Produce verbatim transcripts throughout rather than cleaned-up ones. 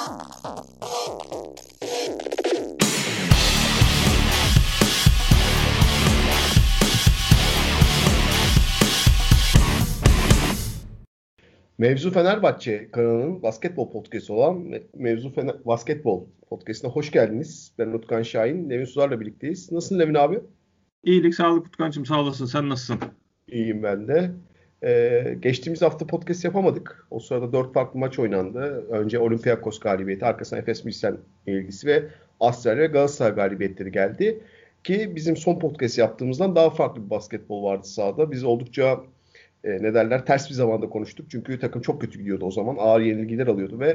Mevzu Fenerbahçe kanalının basketbol podcast'i olan Mevzu Fener Basketbol podcast'ine hoş geldiniz. Ben Utkan Şahin, Nevin Suzar'la birlikteyiz. Nasılsın Nevin abi? İyilik, sağlık Utkan'cığım, sağ olasın. Sen nasılsın? İyiyim ben de. Ee, geçtiğimiz hafta podcast yapamadık. O sırada dört farklı maç oynandı. Önce Olympiakos galibiyeti, arkasından Efes Pilsen ilgisi ve Astra ve Galatasaray galibiyetleri geldi. Ki bizim son podcast yaptığımızdan daha farklı bir basketbol vardı sahada. Biz oldukça e, ne derler ters bir zamanda konuştuk. Çünkü takım çok kötü gidiyordu o zaman. Ağır yenilgiler alıyordu ve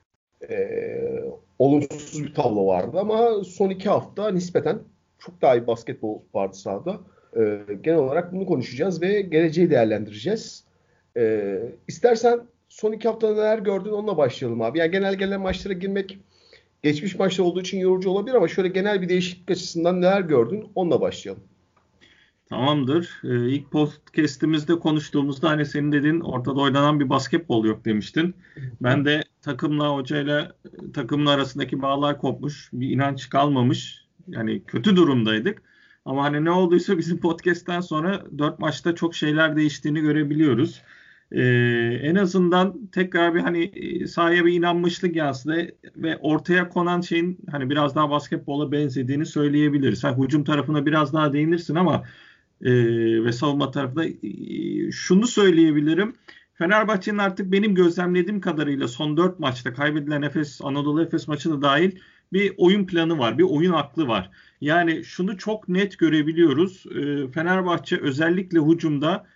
e, olumsuz bir tablo vardı. Ama son iki hafta nispeten çok daha iyi basketbol vardı sahada. E, genel olarak bunu konuşacağız ve geleceği değerlendireceğiz. E, istersen son iki haftada neler gördün onunla başlayalım abi. Yani genel genel maçlara girmek geçmiş maçlar olduğu için yorucu olabilir ama şöyle genel bir değişiklik açısından neler gördün onunla başlayalım. Tamamdır. Ee, ilk podcast'imizde konuştuğumuzda hani senin dediğin ortada oynanan bir basketbol yok demiştin. Ben de takımla, hocayla takımın arasındaki bağlar kopmuş, bir inanç kalmamış. Yani kötü durumdaydık. Ama hani ne olduysa bizim podcast'ten sonra dört maçta çok şeyler değiştiğini görebiliyoruz. Ee, en azından tekrar bir hani sahaya bir inanmışlık yansıdı ve ortaya konan şeyin hani biraz daha basketbola benzediğini söyleyebiliriz. Sen hücum tarafına biraz daha değinirsin ama e, ve savunma tarafında e, şunu söyleyebilirim. Fenerbahçe'nin artık benim gözlemlediğim kadarıyla son dört maçta kaybedilen Efes, Anadolu Efes maçı da dahil bir oyun planı var, bir oyun aklı var. Yani şunu çok net görebiliyoruz. E, Fenerbahçe özellikle hücumda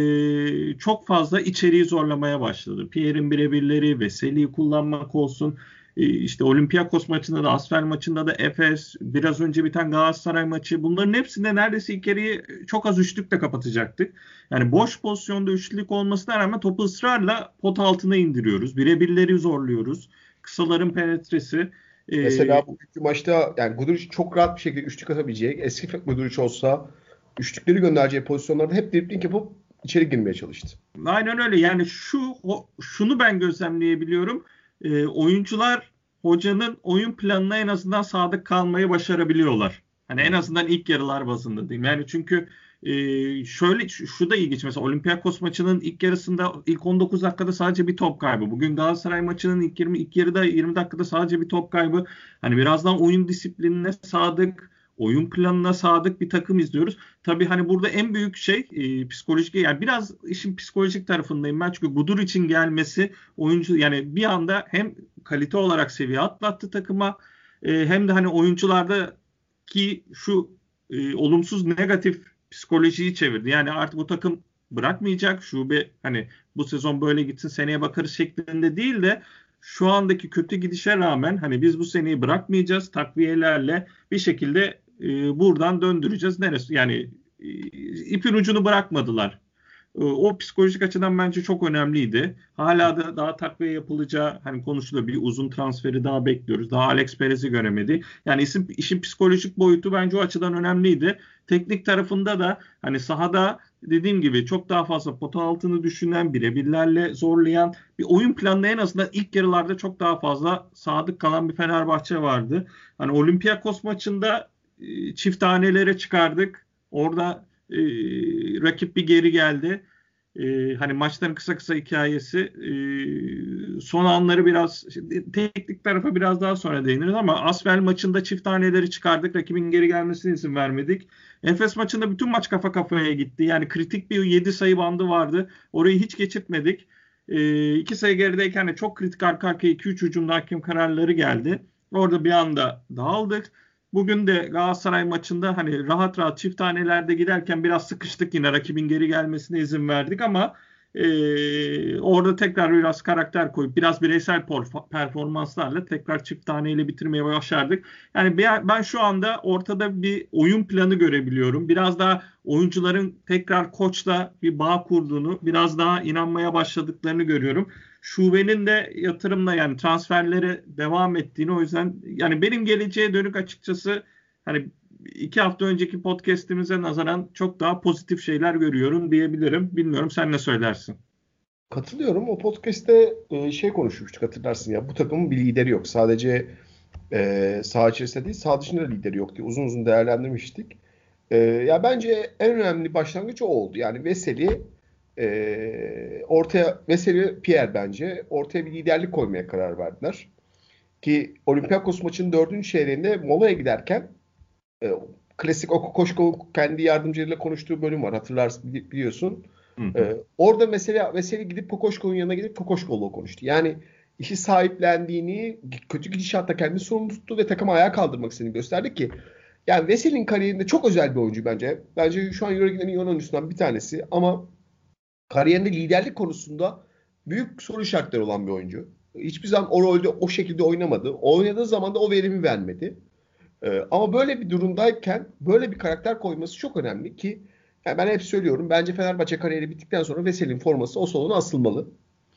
e, çok fazla içeriği zorlamaya başladı. Pierre'in birebirleri, Veseli'yi kullanmak olsun. E, işte Olympiakos maçında da, Asfer maçında da Efes, biraz önce biten Galatasaray maçı. Bunların hepsinde neredeyse ilk yarıyı çok az üçlükle kapatacaktık. Yani boş pozisyonda üçlük olmasına rağmen topu ısrarla pot altına indiriyoruz. Birebirleri zorluyoruz. Kısaların penetresi. E, Mesela bugünkü maçta yani Guduric çok rahat bir şekilde üçlük atabilecek. Eski Guduric olsa üçlükleri göndereceği pozisyonlarda hep dribling yapıp içeri girmeye çalıştı. Aynen öyle. Yani şu o, şunu ben gözlemleyebiliyorum. E, oyuncular hocanın oyun planına en azından sadık kalmayı başarabiliyorlar. Hani en azından ilk yarılar bazında diyeyim. Yani çünkü e, şöyle şu, şu da ilginç. Mesela Olympiakos maçının ilk yarısında ilk on dokuz dakikada sadece bir top kaybı. Bugün Galatasaray maçının ilk yirmi ilk yarıda yirmi dakikada sadece bir top kaybı. Hani birazdan oyun disiplinine sadık, oyun planına sadık bir takım izliyoruz. Tabii hani burada en büyük şey e, psikolojik, yani biraz işin psikolojik tarafındayım ben, çünkü Gudur için gelmesi oyuncu, yani bir anda hem kalite olarak seviye atlattı takıma, e, hem de hani oyunculardaki şu e, olumsuz negatif psikolojiyi çevirdi. Yani artık bu takım bırakmayacak, şube hani bu sezon böyle gitsin seneye bakarız şeklinde değil de şu andaki kötü gidişe rağmen hani biz bu seneyi bırakmayacağız, takviyelerle bir şekilde e, buradan döndüreceğiz. Neresi? Yani e, ipin ucunu bırakmadılar. E, o psikolojik açıdan bence çok önemliydi. Hala da daha takviye yapılacağı hani konuşuluyor. Bir uzun transferi daha bekliyoruz. Daha Alex Perez'i göremedi. Yani isim, işin psikolojik boyutu bence o açıdan önemliydi. Teknik tarafında da hani sahada dediğim gibi çok daha fazla pota altını düşünen, birebirlerle zorlayan bir oyun planına en azından ilk yarılarda çok daha fazla sadık kalan bir Fenerbahçe vardı. Hani Olympiakos maçında e, çift tanelere çıkardık. Orada e, rakip bir geri geldi. E, hani maçların kısa kısa hikayesi. E, son anları biraz teknik tarafa biraz daha sonra değiniriz ama Asvel maçında çift taneleri çıkardık. Rakibin geri gelmesine izin vermedik. Efes maçında bütün maç kafa kafaya gitti. Yani kritik bir yedi sayı bandı vardı. Orayı hiç geçirtmedik. E, iki sayı gerideyken de çok kritik arka arkaya iki üç hücumda hakem kararları geldi. Orada bir anda dağıldık. Bugün de Galatasaray maçında hani rahat rahat çift tanelerde giderken biraz sıkıştık, yine rakibin geri gelmesine izin verdik ama e, orada tekrar biraz karakter koyup biraz bireysel performanslarla tekrar çift taneyle bitirmeye başardık. Yani ben şu anda ortada bir oyun planı görebiliyorum. Biraz daha oyuncuların tekrar koçla bir bağ kurduğunu, biraz daha inanmaya başladıklarını görüyorum. Şubenin de yatırımla yani transferlere devam ettiğini, o yüzden yani benim geleceğe dönük açıkçası hani iki hafta önceki podcast'imize nazaran çok daha pozitif şeyler görüyorum diyebilirim. Bilmiyorum, sen ne söylersin? Katılıyorum. O podcast'te e, şey konuşmuştuk, hatırlarsın ya. Bu takımın bir lideri yok. Sadece e, saha içerisinde değil, saha dışında da lideri yok diye uzun uzun değerlendirmiştik. E, ya bence en önemli başlangıç o oldu. Yani Veseli e, ortaya Veseli Pierre bence ortaya bir liderlik koymaya karar verdiler. Ki Olympiakos maçının dördüncü çeyreğinde molaya giderken e, klasik Oku Koşko kendi yardımcılarıyla konuştuğu bölüm var. Hatırlarsın, bili- biliyorsun. Hı hı. E, orada mesela Veseli gidip Kokoşko'nun yanına gidip Kokoşko'yla konuştu. Yani işi sahiplendiğini, kötü gidişatta kendini sorumlu tuttu ve takımı ayağa kaldırmak istediğini gösterdi ki yani Veseli'nin kariyerinde çok özel bir oyuncu bence. Bence şu an Euroleague'nin iyi oyuncusundan bir tanesi ama kariyerinde liderlik konusunda büyük soru işaretleri olan bir oyuncu. Hiçbir zaman o rolde o şekilde oynamadı. Oynadığı zaman da o verimi vermedi. Ee, ama böyle bir durumdayken böyle bir karakter koyması çok önemli ki yani ben hep söylüyorum. Bence Fenerbahçe kariyeri bittikten sonra Veseli'nin forması o salona asılmalı.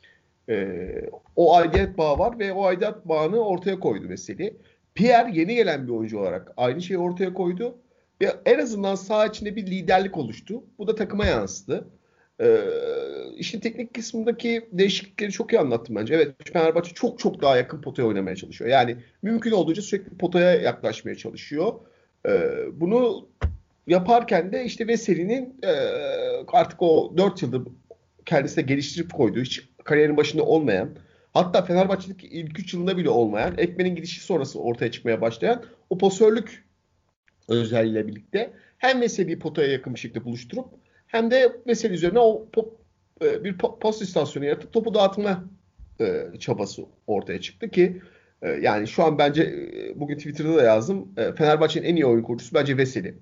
Ee, o aidiyet bağı var ve o aidiyet bağını ortaya koydu Veseli. Pierre yeni gelen bir oyuncu olarak aynı şeyi ortaya koydu. Ve en azından saha içinde bir liderlik oluştu. Bu da takıma yansıdı. Ee, işin teknik kısmındaki değişiklikleri çok iyi anlattım bence. Evet, Fenerbahçe çok çok daha yakın potaya oynamaya çalışıyor. Yani mümkün olduğunca sürekli potaya yaklaşmaya çalışıyor. Ee, bunu yaparken de işte Veseli'nin e, artık o dört yıldır kendisine geliştirip koyduğu, hiç kariyerin başında olmayan, hatta Fenerbahçe'deki ilk üç yılında bile olmayan, Ekmen'in gidişi sonrası ortaya çıkmaya başlayan o pasörlük özelliğiyle birlikte hem Veseli'yi potaya yakın bir şekilde buluşturup hem de Veseli üzerine o pop, e, bir pas istasyonu yaratıp topu dağıtma e, çabası ortaya çıktı ki e, yani şu an bence e, bugün Twitter'da da yazdım. E, Fenerbahçe'nin en iyi oyun kurucusu bence Veseli.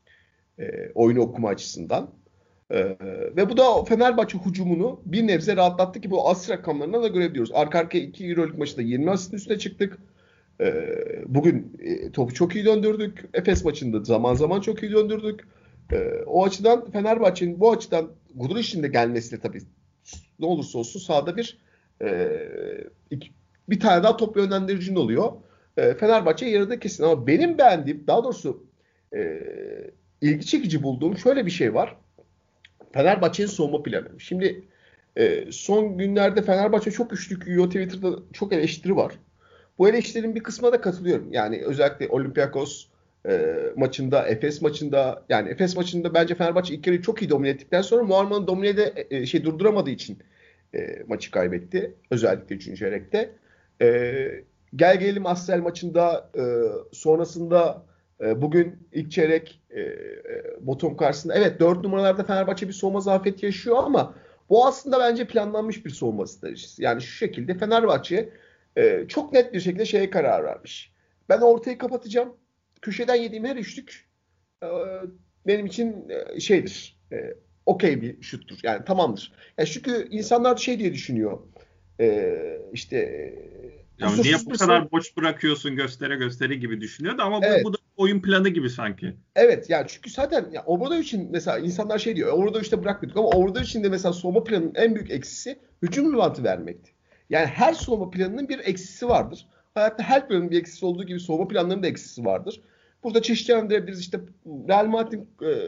E, oyunu okuma açısından. E, ve bu da Fenerbahçe hücumunu bir nebze rahatlattı ki bu asist rakamlarından da görebiliyoruz. Arka arkaya iki Euroleague maçında yirmi asistin üstüne çıktık. E, bugün e, topu çok iyi döndürdük. Efes maçında zaman zaman çok iyi döndürdük. E, o açıdan Fenerbahçe'nin bu açıdan Guduric'in de gelmesiyle tabii ne olursa olsun sahada bir e, iki, bir tane daha top yönlendiricinin oluyor. E, Fenerbahçe yarıda kesin ama benim beğendiğim daha doğrusu e, ilgi çekici bulduğum şöyle bir şey var. Fenerbahçe'nin savunma planı. Şimdi e, son günlerde Fenerbahçe çok güçlü yiyor. Twitter'da çok eleştiri var. Bu eleştirinin bir kısmına da katılıyorum. Yani özellikle Olympiakos e, maçında, Efes maçında, yani Efes maçında bence Fenerbahçe ilk yarıyı çok iyi domine ettikten sonra Muharman'ın domine de e, şey durduramadığı için e, maçı kaybetti. Özellikle üçüncü çeyrekte. E, gel gelelim Asvel maçında e, sonrasında e, bugün ilk çeyrek e, e, Botum karşısında evet dört numaralarda Fenerbahçe bir soğuma zafiyeti yaşıyor ama bu aslında bence planlanmış bir soğuma stratejisi. Yani şu şekilde Fenerbahçe e, çok net bir şekilde şeye karar vermiş. Ben ortayı kapatacağım. Köşeden yediğim her üçlük e, benim için e, şeydir. E, okey bir şuttur. Yani tamamdır. Yani çünkü insanlar şey diye düşünüyor. E, işte e, Ya niye kusursuz bu bir savunma. kadar boş bırakıyorsun göstere göstere gibi düşünüyordu ama bu, Evet. bu da oyun planı gibi sanki. Evet yani çünkü zaten ya Obradoviç'in mesela insanlar şey diyor. Obradoviç'te bırakmıyorduk ama Obradoviç'in de mesela soğuma planının en büyük eksisi hücum rivantı vermekti. Yani her soğuma planının bir eksisi vardır. Hayatta her planın bir eksisi olduğu gibi soğuma planlarının da eksisi vardır. Burada çeşitlendirebiliriz. İşte Real Madrid'in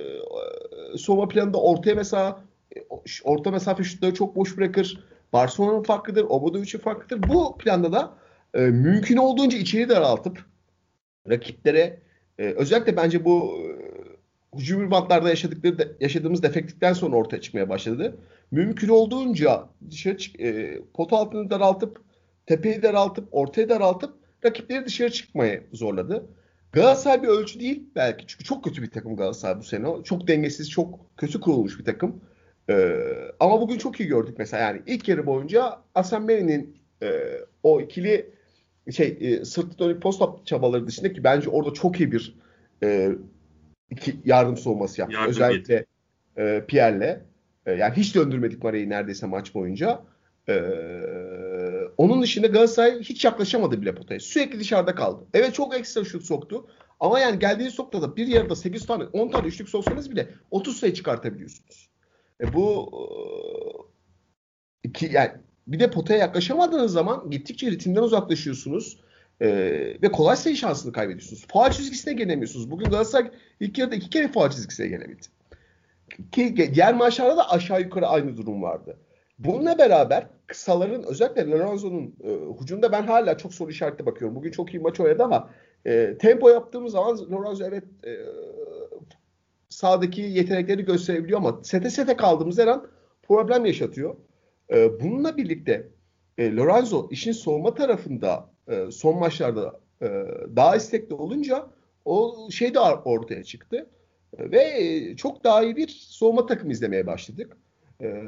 e, soğuma planında ortaya mesela orta mesafe şutları çok boş bırakır. Barcelona'nın farklıdır. Obradovic'in farklıdır. Bu planda da e, mümkün olduğunca içeri daraltıp rakiplere e, özellikle bence bu e, hücum ribantlarda yaşadıkları de, yaşadığımız defektikten sonra ortaya çıkmaya başladı. Mümkün olduğunca dışarı çık, e, pot altını daraltıp tepeyi daraltıp ortaya daraltıp rakipleri dışarı çıkmaya zorladı. Galatasaray bir ölçü değil belki çünkü çok kötü bir takım Galatasaray bu sene. Çok dengesiz, çok kötü kurulmuş bir takım. Ee, ama bugün çok iyi gördük mesela yani ilk yarı boyunca Asenbe'nin e, o ikili şey e, sırtı dönük post çabaları dışında ki bence orada çok iyi bir e, iki yardım savunması yaptı. Yardım getir. Özellikle e, Pierre'le. E, yani hiç döndürmedik Mare'yi neredeyse maç boyunca. E, onun dışında Galatasaray hiç yaklaşamadı bile potaya. Sürekli dışarıda kaldı. Evet çok ekstra şut soktu. Ama yani geldiğiniz noktada bir yarıda sekiz tane on tane üçlük soksanız bile otuz sayı çıkartabiliyorsunuz. E, bu iki, yani bir de potaya yaklaşamadığınız zaman gittikçe ritimden uzaklaşıyorsunuz. Ee, ve kolay sayı şansını kaybediyorsunuz. Faul çizgisine gelemiyorsunuz. Bugün Galatasaray ilk yarıda iki kere faul çizgisine gelebildi. Ki diğer maçlarda da aşağı yukarı aynı durum vardı. Bununla beraber kısaların özellikle Lorenzo'nun e, hücumda ben hala çok soru işaretli bakıyorum. Bugün çok iyi maç oynadı ama e, tempo yaptığımız zaman Lorenzo evet e, sahadaki yetenekleri gösterebiliyor ama sete sete kaldığımız her an problem yaşatıyor. E, bununla birlikte e, Lorenzo işin savunma tarafında e, son maçlarda e, daha istekli olunca o şey de ortaya çıktı. E, ve e, çok daha iyi bir savunma takımı izlemeye başladık. E,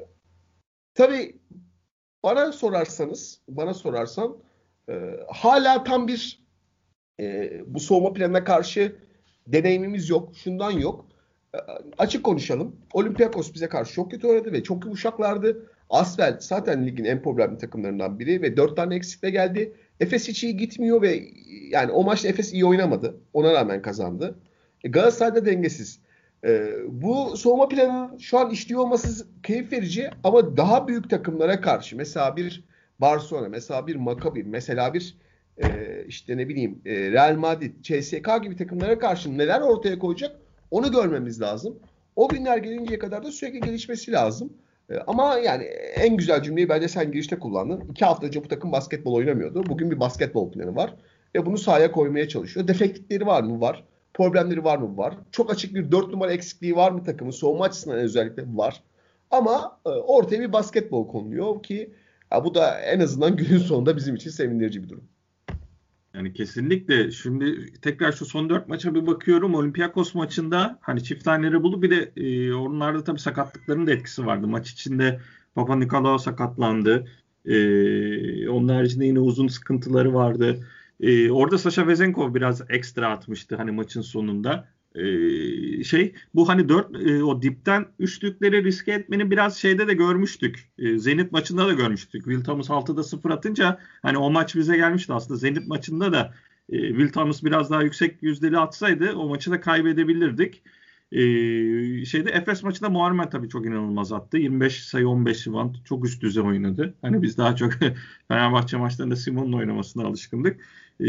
tabii bana sorarsanız, bana sorarsan e, hala tam bir e, bu soğuma planına karşı deneyimimiz yok. Şundan yok. E, açık konuşalım. Olympiakos bize karşı çok kötü oynadı ve çok yumuşaklardı. Asvel zaten ligin en problemli takımlarından biri ve dört tane eksikle geldi. Efes hiç iyi gitmiyor ve yani o maçta Efes iyi oynamadı. Ona rağmen kazandı. E, Galatasaray'da dengesiz. E, bu soğuma planının şu an işliyor olması keyif verici ama daha büyük takımlara karşı mesela bir Barcelona, mesela bir Maccabi, mesela bir e, işte ne bileyim e, Real Madrid, C S K A gibi takımlara karşı neler ortaya koyacak onu görmemiz lazım. O günler gelinceye kadar da sürekli gelişmesi lazım. E, ama yani en güzel cümleyi bence sen girişte kullandın. İki hafta önce bu takım basketbol oynamıyordu. Bugün bir basketbol planı var. Ve bunu sahaya koymaya çalışıyor. Defektikleri var mı? Var. Problemleri var mı? Var. Çok açık bir dört numara eksikliği var mı takımın? Soğuma açısından özellikle var. Ama e, ortaya bir basketbol konuluyor ki ya bu da en azından günün sonunda bizim için sevindirici bir durum. Yani kesinlikle. Şimdi tekrar şu son dört maça bir bakıyorum. Olympiakos maçında hani çift taneleri buldu. Bir de e, onlarda tabii sakatlıkların da etkisi vardı. Maç içinde Papa Nikolaou sakatlandı. E, onun haricinde yine uzun sıkıntıları vardı. E, orada Sasha Vezenkov biraz ekstra atmıştı hani maçın sonunda. E, şey bu hani dört e, o dipten üçlükleri riske etmeni biraz şeyde de görmüştük. E, Zenit maçında da görmüştük. Will Thomas altıda sıfır atınca hani o maç bize gelmişti aslında. Zenit maçında da e, Will Thomas biraz daha yüksek yüzdeli atsaydı o maçı da kaybedebilirdik. E, şeyde Efes maçında Muharrem tabii çok inanılmaz attı. yirmi beş sayı on beş rebound çok üst düzey oynadı. Hani biz daha çok Fenerbahçe maçlarında Simon'un oynamasına alışkındık. Ee,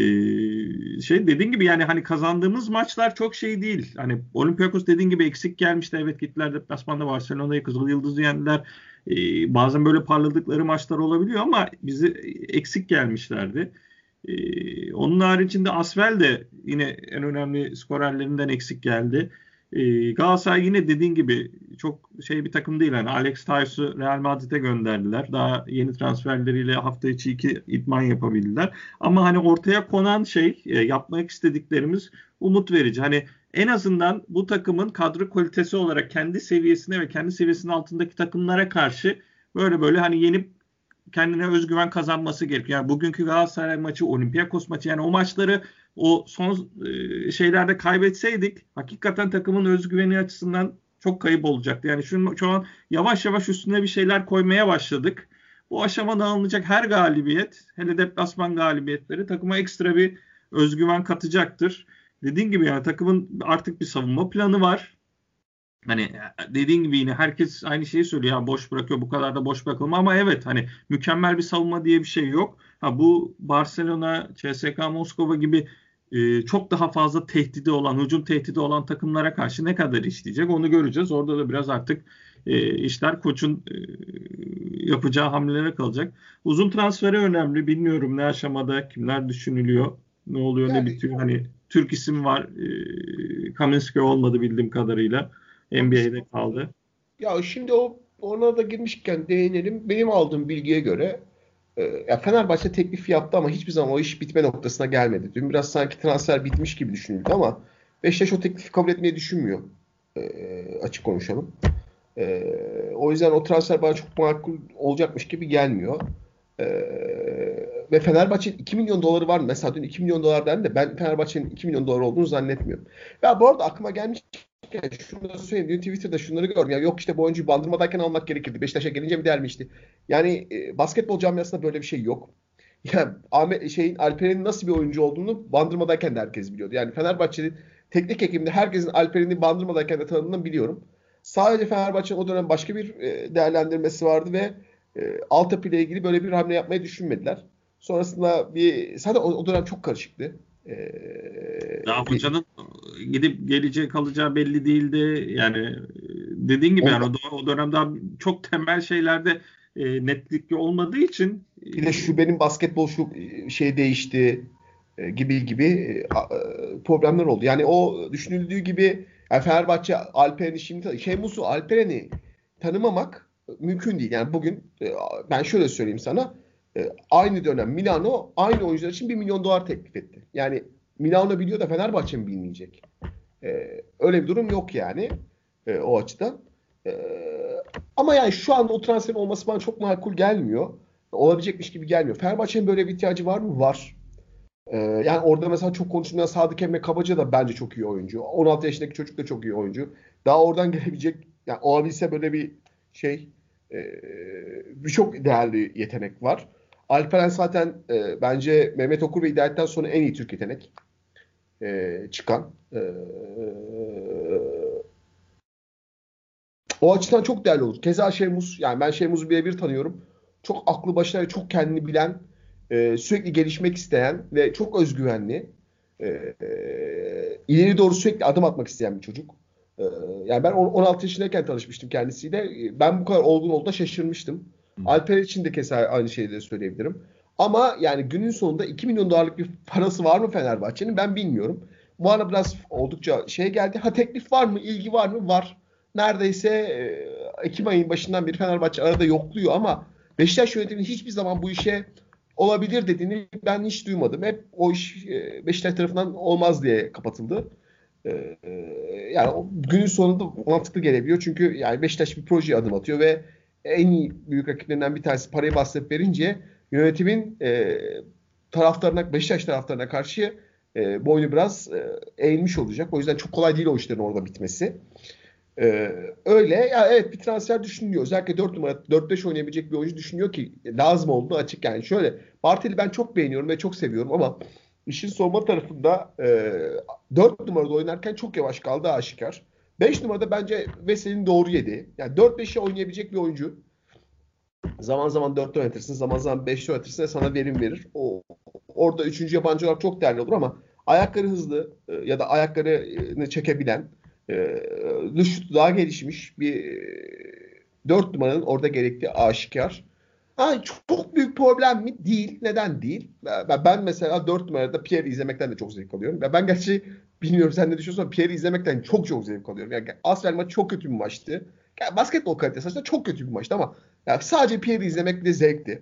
şey dediğin gibi yani hani kazandığımız maçlar çok şey değil. Hani Olympiakos dediğin gibi eksik gelmişti. Evet gittiler deplasmanda Barcelona'yı Kızıl Yıldız'ı yendiler. Ee, bazen böyle parladıkları maçlar olabiliyor ama bizi eksik gelmişlerdi. Ee, onun haricinde Asvel de yine en önemli skorerlerinden eksik geldi. Ee, Galatasaray yine dediğin gibi çok şey bir takım değil. Yani Alex Tyus'u Real Madrid'e gönderdiler. Daha yeni transferleriyle hafta içi iki idman yapabildiler. Ama hani ortaya konan şey e, yapmak istediklerimiz umut verici. Hani en azından bu takımın kadro kalitesi olarak kendi seviyesine ve kendi seviyesinin altındaki takımlara karşı böyle böyle hani yenip kendine özgüven kazanması gerekiyor. Yani bugünkü Galatasaray maçı, Olympiakos maçı yani o maçları o son e, şeylerde kaybetseydik hakikaten takımın özgüveni açısından çok kayıp olacaktı. Yani şu, şu an yavaş yavaş üstüne bir şeyler koymaya başladık. Bu aşamada alınacak her galibiyet, hele deplasman galibiyetleri takıma ekstra bir özgüven katacaktır. Dediğim gibi yani takımın artık bir savunma planı var. Hani dediğin gibi yine herkes aynı şeyi söylüyor. Ya boş bırakıyor bu kadar da boş bırakılma ama evet hani mükemmel bir savunma diye bir şey yok. Ha bu Barcelona, C S K A Moskova gibi e, çok daha fazla tehdidi olan, hücum tehdidi olan takımlara karşı ne kadar işleyecek onu göreceğiz. Orada da biraz artık e, işler koçun e, yapacağı hamlelere kalacak. Uzun transferi önemli. Bilmiyorum ne aşamada, kimler düşünülüyor, ne oluyor, ne Yani bitiyor. Hani Türk isim var. E, Kaminski olmadı bildiğim kadarıyla. N B A'de kaldı. ya şimdi o ona da girmişken değinelim. Benim aldığım bilgiye göre e, ya Fenerbahçe teklif yaptı ama hiçbir zaman o iş bitme noktasına gelmedi. Dün biraz sanki transfer bitmiş gibi düşünüldü ama Beşiktaş o teklifi kabul etmeyi düşünmüyor. E, açık konuşalım. E, o yüzden o transfer bana çok makul olacakmış gibi gelmiyor. E, ve Fenerbahçe'nin iki milyon doları var mı? Mesela dün iki milyon dolar dendi de ben Fenerbahçe'nin iki milyon dolar olduğunu zannetmiyorum. Ya bu arada aklıma gelmiş yani şunu da söyleyeyim. Dün Twitter'da şunları gördüm. Ya yok işte bu oyuncuyu Bandırma'dayken almak gerekirdi. Beşiktaş'a gelince mi dermişti? Yani e, basketbol camiasında böyle bir şey yok. Ya Ahmet şeyin Alperen'in nasıl bir oyuncu olduğunu Bandırma'dayken de herkes biliyordu. Yani Fenerbahçe'nin teknik ekibinde herkesin Alperen'i Bandırma'dayken de tanıdığını biliyorum. Sadece Fenerbahçe'nin o dönem başka bir e, değerlendirmesi vardı ve e, altyapı ile ilgili böyle bir hamle yapmayı düşünmediler. Sonrasında bir zaten o, o dönem çok karışıktı. E, Daha bir hocanın gidip geleceği kalacağı belli değildi. Yani dediğin gibi O, yani o, o dönemde çok temel şeylerde e, netlik olmadığı için bir de şu benim basketbol şu şey değişti e, gibi gibi e, a- e, problemler oldu. Yani o düşünüldüğü gibi yani Fenerbahçe Alperen'i şimdi Şemus'u Alperen'i tanımamak mümkün değil. Yani bugün e, ben şöyle söyleyeyim sana e, aynı dönem Milano aynı oyuncular için bir milyon dolar teklif etti. Yani Milano biliyor da Fenerbahçe mi bilmeyecek? E, öyle bir durum yok yani e, o açıdan. E, ama yani şu anda o transferin olması bana çok makul gelmiyor. Olabilecekmiş gibi gelmiyor. Fenerbahçe'nin böyle bir ihtiyacı var mı? Var. Ee, yani orada mesela çok konuşulmayan Sadık Emre Kabaca da bence çok iyi oyuncu. on altı yaşındaki çocuk da çok iyi oyuncu. Daha oradan gelebilecek, yani olabilse böyle bir şey, e, birçok değerli yetenek var. Alperen zaten e, bence Mehmet Okur ve Hidayet'ten sonra en iyi Türk yetenek e, çıkan. E, o açıdan çok değerli olur. Keza Şemuz, yani ben Şemuz'u birebir tanıyorum. Çok aklı başına ve çok kendini bilen, e, sürekli gelişmek isteyen ve çok özgüvenli, e, e, ileri doğru sürekli adım atmak isteyen bir çocuk. E, yani ben on- 16 yaşındayken tanışmıştım kendisiyle. E, Ben bu kadar olgun olduğuna şaşırmıştım. Alper için de keza aynı şeyi de söyleyebilirim. Ama yani günün sonunda iki milyon dolarlık bir parası var mı Fenerbahçe'nin ben bilmiyorum. Bu ara biraz oldukça şey geldi. Ha teklif var mı? İlgi var mı? Var. Neredeyse e, Ekim ayının başından beri Fenerbahçe arada yokluyor ama Beşiktaş yönetiminin hiçbir zaman bu işe olabilir dediğini ben hiç duymadım. Hep o iş e, Beşiktaş tarafından olmaz diye kapatıldı. E, e, yani o günün sonunda mantıklı gelebiliyor. Çünkü yani Beşiktaş bir projeye adım atıyor ve en iyi büyük rakiplerinden bir tanesi parayı bastırıp verince yönetimin e, taraftarına, Beşiktaş taraftarına karşı e, boynu biraz e, eğilmiş olacak. O yüzden çok kolay değil o işlerin orada bitmesi. Ee, öyle ya evet bir transfer düşünülüyor. Özellikle dört numara dört beş oynayabilecek bir oyuncu düşünüyor ki lazım olduğu açık yani. Şöyle Bartel'i ben çok beğeniyorum ve çok seviyorum ama işin savunma tarafında e, dört numarada oynarken çok yavaş kaldı aşikar. beş numarada bence Veseli'nin doğru yedi. Yani dört beşe oynayabilecek bir oyuncu. Zaman zaman dörtte oynatırsın, zaman zaman beşte oynatırsın ve sana verim verir. O orada üçüncü yabancı olarak çok değerli olur ama ayakları hızlı e, ya da ayaklarını çekebilen e, dış şutu daha gelişmiş bir e, dört numaranın orada gerektiği aşikar. Ha, çok büyük problem mi? Değil. Neden değil? Ben, ben mesela dört numarada Pierre izlemekten de çok zevk alıyorum. Ya ben gerçi bilmiyorum sen ne düşünüyorsun ama Pierre'i izlemekten çok çok zevk alıyorum. Yani Asfer maçı çok kötü bir maçtı. Yani basketbol kalitesi açısından çok kötü bir maçtı ama yani sadece Pierre'i izlemek bile zevkti.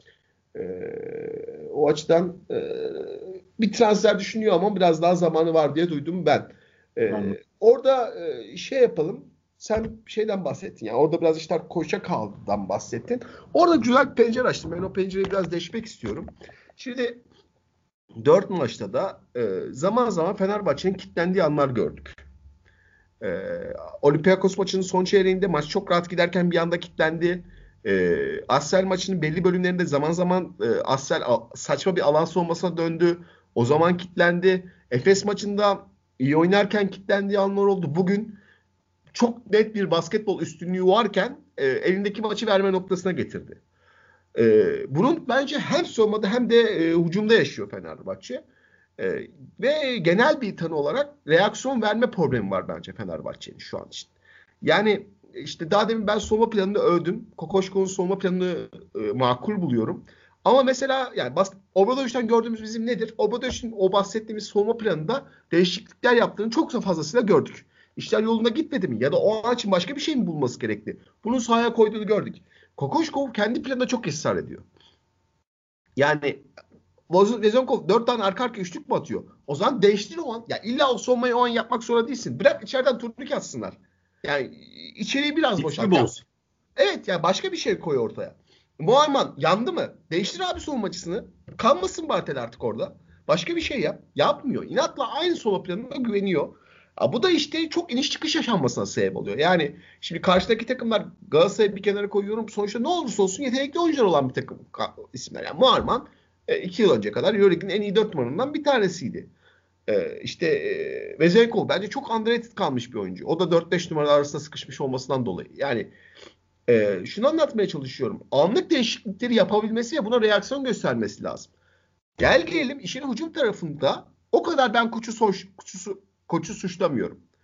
Ee, o açıdan e, bir transfer düşünüyor ama biraz daha zamanı var diye duydum ben. Ee, orada e, şey yapalım. Sen şeyden bahsettin. Yani orada biraz işler koşa kaldıdan bahsettin. Orada güzel bir pencere açtım. Ben o pencereyi biraz deşmek istiyorum. Şimdi dört maçta da e, zaman zaman Fenerbahçe'nin kilitlendiği anlar gördük. E, Olympiakos maçının son çeyreğinde maç çok rahat giderken bir anda kilitlendi. E, Assel maçının belli bölümlerinde zaman zaman e, Assel saçma bir alan savunmasına döndü. O zaman kilitlendi. Efes maçında iyi oynarken kilitlendiği anlar oldu. Bugün çok net bir basketbol üstünlüğü varken e, elindeki maçı verme noktasına getirdi. E, bunun bence hem savunmada hem de e, hücumda yaşıyor Fenerbahçe. E, ve genel bir tanı olarak reaksiyon verme problemi var bence Fenerbahçe'nin şu an için. Yani işte daha demin ben savunma planını övdüm. Kokoşko'nun savunma planını e, makul buluyorum. Ama mesela yani bas, Obradoviç'ten gördüğümüz bizim nedir? Obradoviç'in o bahsettiğimiz savunma planında değişiklikler yaptığını çok fazlasıyla gördük. İşler yolunda gitmedi mi? Ya da o an için başka bir şey mi bulması gerekti? Bunu sahaya koyduğunu gördük. Kokoşkov kendi planında çok ısrar ediyor. Yani Vezonkov dört tane arka arka üçlük mü atıyor? O zaman değiştir o an. Ya illa o savunmayı o an yapmak zorunda değilsin. Bırak içeriden turnike atsınlar. Yani içeriği biraz İsmi boşalt. Ya, boz. evet ya başka bir şey koy ortaya. Muayman yandı mı? Değiştir abi savunma açısını. Kalmasın Bartel artık orada. Başka bir şey yap. Yapmıyor. İnatla aynı savunma planına güveniyor. Ya bu da işte çok iniş çıkış yaşanmasına sebep oluyor. Yani şimdi karşıdaki takımlar Galatasaray'ı bir kenara koyuyorum. Sonuçta ne olursa olsun yetenekli oyuncular olan bir takım isimler. Yani Muharman e, iki yıl önce kadar Euroleague'in en iyi dört numaranından bir tanesiydi. E, işte e, Vezenkov bence çok underrated kalmış bir oyuncu. O da dört beş numaralar arasında sıkışmış olmasından dolayı. Yani e, şunu anlatmaya çalışıyorum. Anlık değişiklikleri yapabilmesi ve buna reaksiyon göstermesi lazım. Gel gelelim işin hücum tarafında o kadar ben koçu, soş, koçu, koçu suçlamıyorum.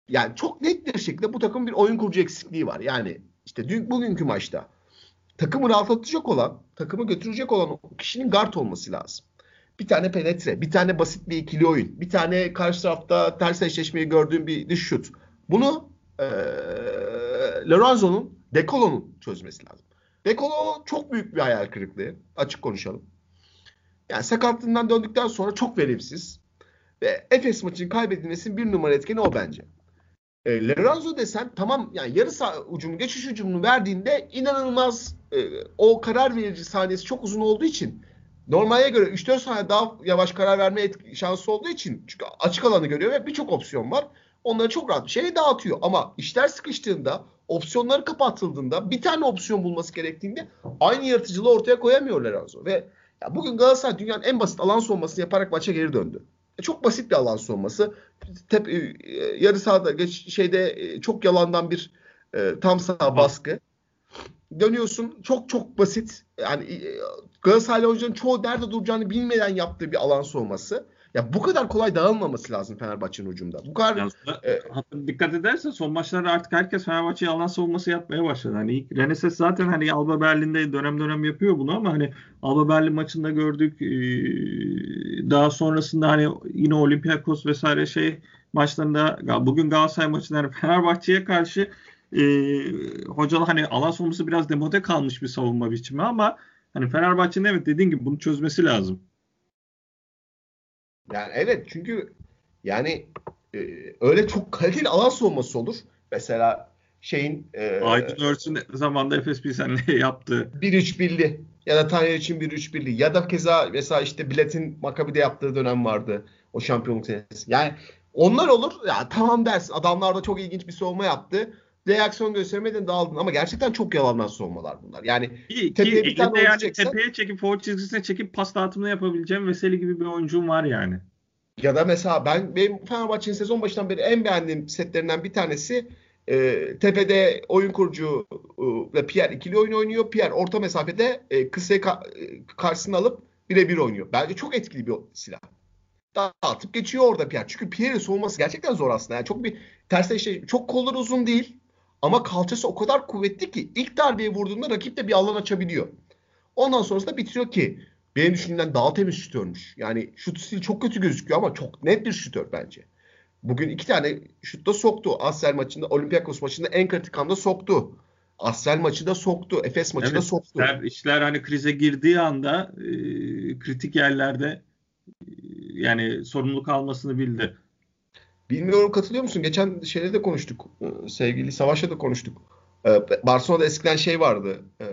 yani çok net bir şekilde bu takımın bir oyun kurucu eksikliği var. Yani işte dün, bugünkü maçta takımı rahatlatacak olan, takımı götürecek olan o kişinin guard olması lazım. Bir tane penetre, bir tane basit bir ikili oyun, bir tane karşı tarafta ters eşleşmeyi gördüğün bir dış şut. Bunu ee, Lorenzo'nun, De Colo'nun çözmesi lazım. De Colo çok büyük bir hayal kırıklığı. Açık konuşalım. Yani sakatlığından döndükten sonra çok verimsiz. Ve Efes maçının kaybedilmesinin bir numara etkeni o bence. E, Lorenzo desen tamam, yani yarı saha ucumu, geçiş ucumunu verdiğinde inanılmaz e, o karar verici saniyesi çok uzun olduğu için normale göre üç dört saniye daha yavaş karar verme etki, şansı olduğu için, çünkü açık alanı görüyor ve birçok opsiyon var. Onları çok rahat bir şeye dağıtıyor. Ama işler sıkıştığında, opsiyonları kapatıldığında, bir tane opsiyon bulması gerektiğinde aynı yaratıcılığı ortaya koyamıyor Lorenzo. Ve ya bugün Galatasaray dünyanın en basit alan savunmasını yaparak maça geri döndü. Çok basit bir alan savunması. Tep, yarı sahada geç, şeyde çok yalandan bir e, tam saha baskı. Dönüyorsun, çok çok basit. Yani e, Galatasaraylı oyuncuların çoğu nerede duracağını bilmeden yaptığı bir alan savunması. Ya bu kadar kolay dağılmaması lazım Fenerbahçe'nin hücumda. Bu kadar Yani, e, dikkat edersen son maçlarda artık herkes Fenerbahçe'ye alan savunması yapmaya başladı. Hani ilk Reneses zaten hani Alba Berlin'de dönem dönem yapıyor bunu ama hani Alba Berlin maçında gördük. Ee, daha sonrasında hani yine Olympiakos vesaire şey maçlarında, bugün Galatasaray maçında hani Fenerbahçe'ye karşı e, hocalar hani alan savunması biraz demode kalmış bir savunma biçimi ama hani Fenerbahçe'nin evet dediğin gibi bunu çözmesi lazım. Yani evet, çünkü yani e, öyle çok kaliteli alan savunması olur. Mesela şeyin e, Aydın Örtün zamanında Efes Pilsen'le yaptığı. bir üç birli ya da Tanyer için bir üç birli ya da keza mesela işte Bilet'in Maccabi'de yaptığı dönem vardı. O şampiyonluk senesi. Yani onlar olur. Ya tamam dersin. Adamlar da çok ilginç bir savunma yaptı. Reaksiyon göstermeden dağıldın. Ama gerçekten çok yalandan savunmalar bunlar. Yani Ki, ki tepeye bir tane elinde yani oynayacaksan tepeye çekip forward çizgisine çekip pas dağıtımını yapabileceğim Veseli gibi bir oyuncum var yani. ya da mesela ben benim Fenerbahçe'nin sezon başından beri en beğendiğim setlerinden bir tanesi e, tepede oyun kurucu e, ve Pierre ikili oyun oynuyor. Pierre orta mesafede e, kısayı ka- e, karşısına alıp birebir oynuyor. Bence çok etkili bir silah. Dağıtıp geçiyor orada Pierre. Çünkü Pierre'in savunması gerçekten zor aslında. Yani çok bir ters şey, çok kolları uzun değil ama kalçası o kadar kuvvetli ki ilk darbeyi vurduğunda rakip de bir alan açabiliyor. Ondan sonrasında bitiriyor ki benim düşündüğümden daha temiz şütörmüş. Yani şut stili çok kötü gözüküyor ama çok net bir şütör bence. Bugün iki tane şutta soktu. Asel maçında, Olympiakos maçında en kritik anda soktu. Asel maçı da soktu. Efes maçı da Evet, soktu. işler, işler hani krize girdiği anda e, kritik yerlerde e, yani sorumluluk almasını bildi. Bilmiyorum, katılıyor musun? Geçen şeyde de konuştuk. Ee, Sevgili Savaş'la da konuştuk. Ee, Barcelona'da eskiden şey vardı. Ee,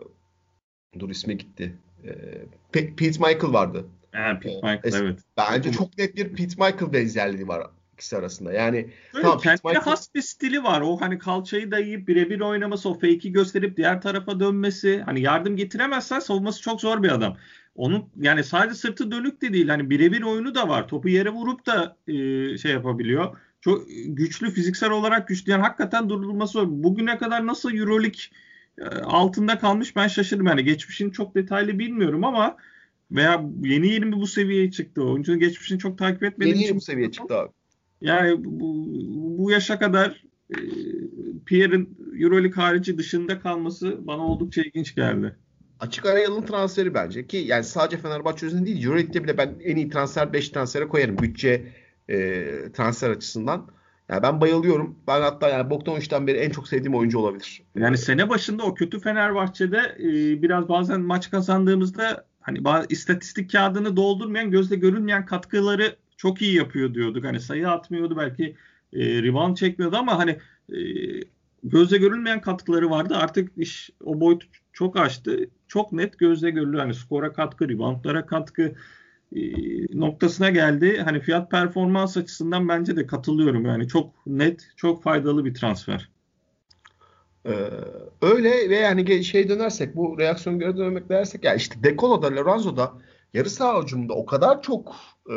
dur ismi gitti. Ee, Pete Michael vardı. Yani Ee, Pete Michael es- evet. Bence Çok çok net bir Pete Michael benzerliği var ikisi arasında. Yani böyle tamam, Pete kendine Michael has bir stili var. O hani kalçayı dayayıp birebir oynaması, o fake'i gösterip diğer tarafa dönmesi. Hani yardım getiremezsen savunması çok zor bir adam. Onun yani sadece sırtı dönük de değil. Hani birebir oyunu da var. Topu yere vurup da e, şey yapabiliyor. Çok güçlü, fiziksel olarak güçlü. Yani hakikaten durdurulması zor. Bugüne kadar nasıl EuroLeague e, altında kalmış ben şaşırdım. Yani geçmişini çok detaylı bilmiyorum ama veya yeni yeni mi bu seviyeye çıktı? Oyuncunun geçmişini çok takip etmediğim yeni yeni bu için seviyeye çıktı abi. yani bu, bu yaşa kadar e, Pierre'in EuroLeague harici dışında kalması bana oldukça ilginç geldi. Açık ara yılın transferi bence ki yani sadece Fenerbahçe üzerinde değil, EuroLeague'de bile ben en iyi transfer beş transfere koyarım bütçe e, transfer açısından. Yani ben bayılıyorum. Ben hatta yani Bogdanovic'den beri en çok sevdiğim oyuncu olabilir. Yani sene başında o kötü Fenerbahçe'de e, biraz bazen maç kazandığımızda hani bazı istatistik kağıdını doldurmayan, gözle görülmeyen katkıları çok iyi yapıyor diyorduk. Hani sayı atmıyordu belki, e, rebound çekmiyordu ama hani e, gözle görülmeyen katkıları vardı. Artık iş o boyutu çok aştı. Çok net gözle görülür. Hani skora katkı, reboundlara katkı e, noktasına geldi. Hani fiyat performans açısından bence de katılıyorum. Yani çok net, çok faydalı bir transfer. Ee, öyle ve yani şey dönersek, bu reaksiyon göre dönmek dersek ya işte De Colo'da, Lorenzo'da yarı saha hücumunda o kadar çok e,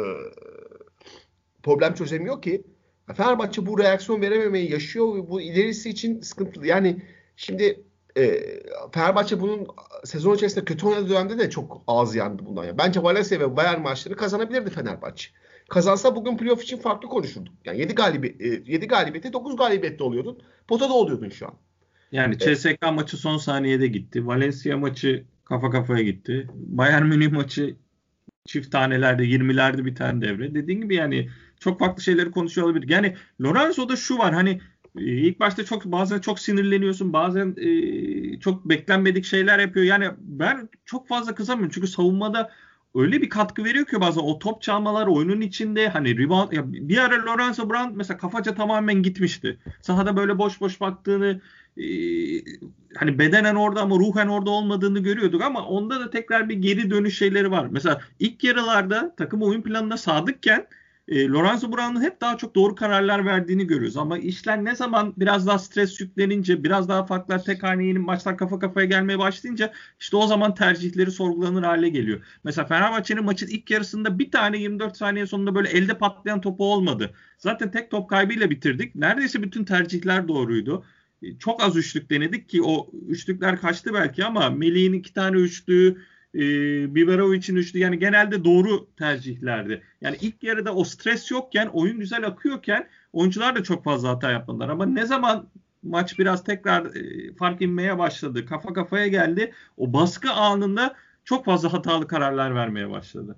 problem çözemiyor ki Fenerbahçe bu reaksiyon verememeyi yaşıyor ve bu ilerisi için sıkıntılı. Yani şimdi e, Fenerbahçe bunun sezon içerisinde kötü oynadığı dönemde de çok ağzı yandı bundan. Yani bence Valencia ve Bayern maçları kazanabilirdi Fenerbahçe. kazansa bugün playoff için farklı konuşurduk. Yani yedi galibiyet yedi galibiyete dokuz galibiyette oluyordun. Potada oluyordun şu an. Yani C S K maçı son saniyede gitti. Valencia maçı kafa kafaya gitti. Bayern Münih maçı çift tanelerde, yirmilerde biten devre. Dediğin gibi yani çok farklı şeyleri konuşuyor olabilir. Yani Lorenzo'da şu var, hani e, ilk başta çok bazen çok sinirleniyorsun, bazen e, çok beklenmedik şeyler yapıyor. Yani ben çok fazla kızamıyorum çünkü savunmada öyle bir katkı veriyor ki bazen o top çalmalar oyunun içinde, hani rebound ya, bir ara Lorenzo Brown mesela kafaca tamamen gitmişti. Sahada böyle boş boş baktığını, e, hani bedenen orada ama ruhen orada olmadığını görüyorduk ama onda da tekrar bir geri dönüş şeyleri var. Mesela ilk yarılarda takım oyun planına sadıkken e, Lorenzo Brown'un hep daha çok doğru kararlar verdiğini görüyoruz. Ama işler ne zaman biraz daha stres yüklenince, biraz daha farklar tek haneli maçlar kafa kafaya gelmeye başlayınca işte o zaman tercihleri sorgulanır hale geliyor. Mesela Fenerbahçe'nin maçın ilk yarısında bir tane yirmi dört saniye sonunda böyle elde patlayan topu olmadı. Zaten tek top kaybıyla bitirdik. Neredeyse bütün tercihler doğruydu. Çok az üçlük denedik ki o üçlükler kaçtı belki ama Melih'in iki tane üçlüğü, e, Biberovic'in üçlüğü, yani genelde doğru tercihlerdi. Yani ilk yarıda o stres yokken, oyun güzel akıyorken oyuncular da çok fazla hata yapmadılar. Ama ne zaman maç biraz tekrar e, fark inmeye başladı, kafa kafaya geldi, o baskı anında çok fazla hatalı kararlar vermeye başladı.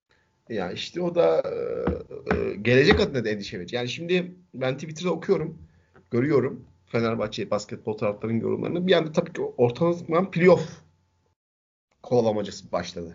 Ya işte o da e, e, gelecek adına da endişe verici. Yani şimdi ben Twitter'da okuyorum, görüyorum Fenerbahçe basketbol taraftarının yorumlarını. Bir anda tabii ki ortadan playoff kovalamacası başladı.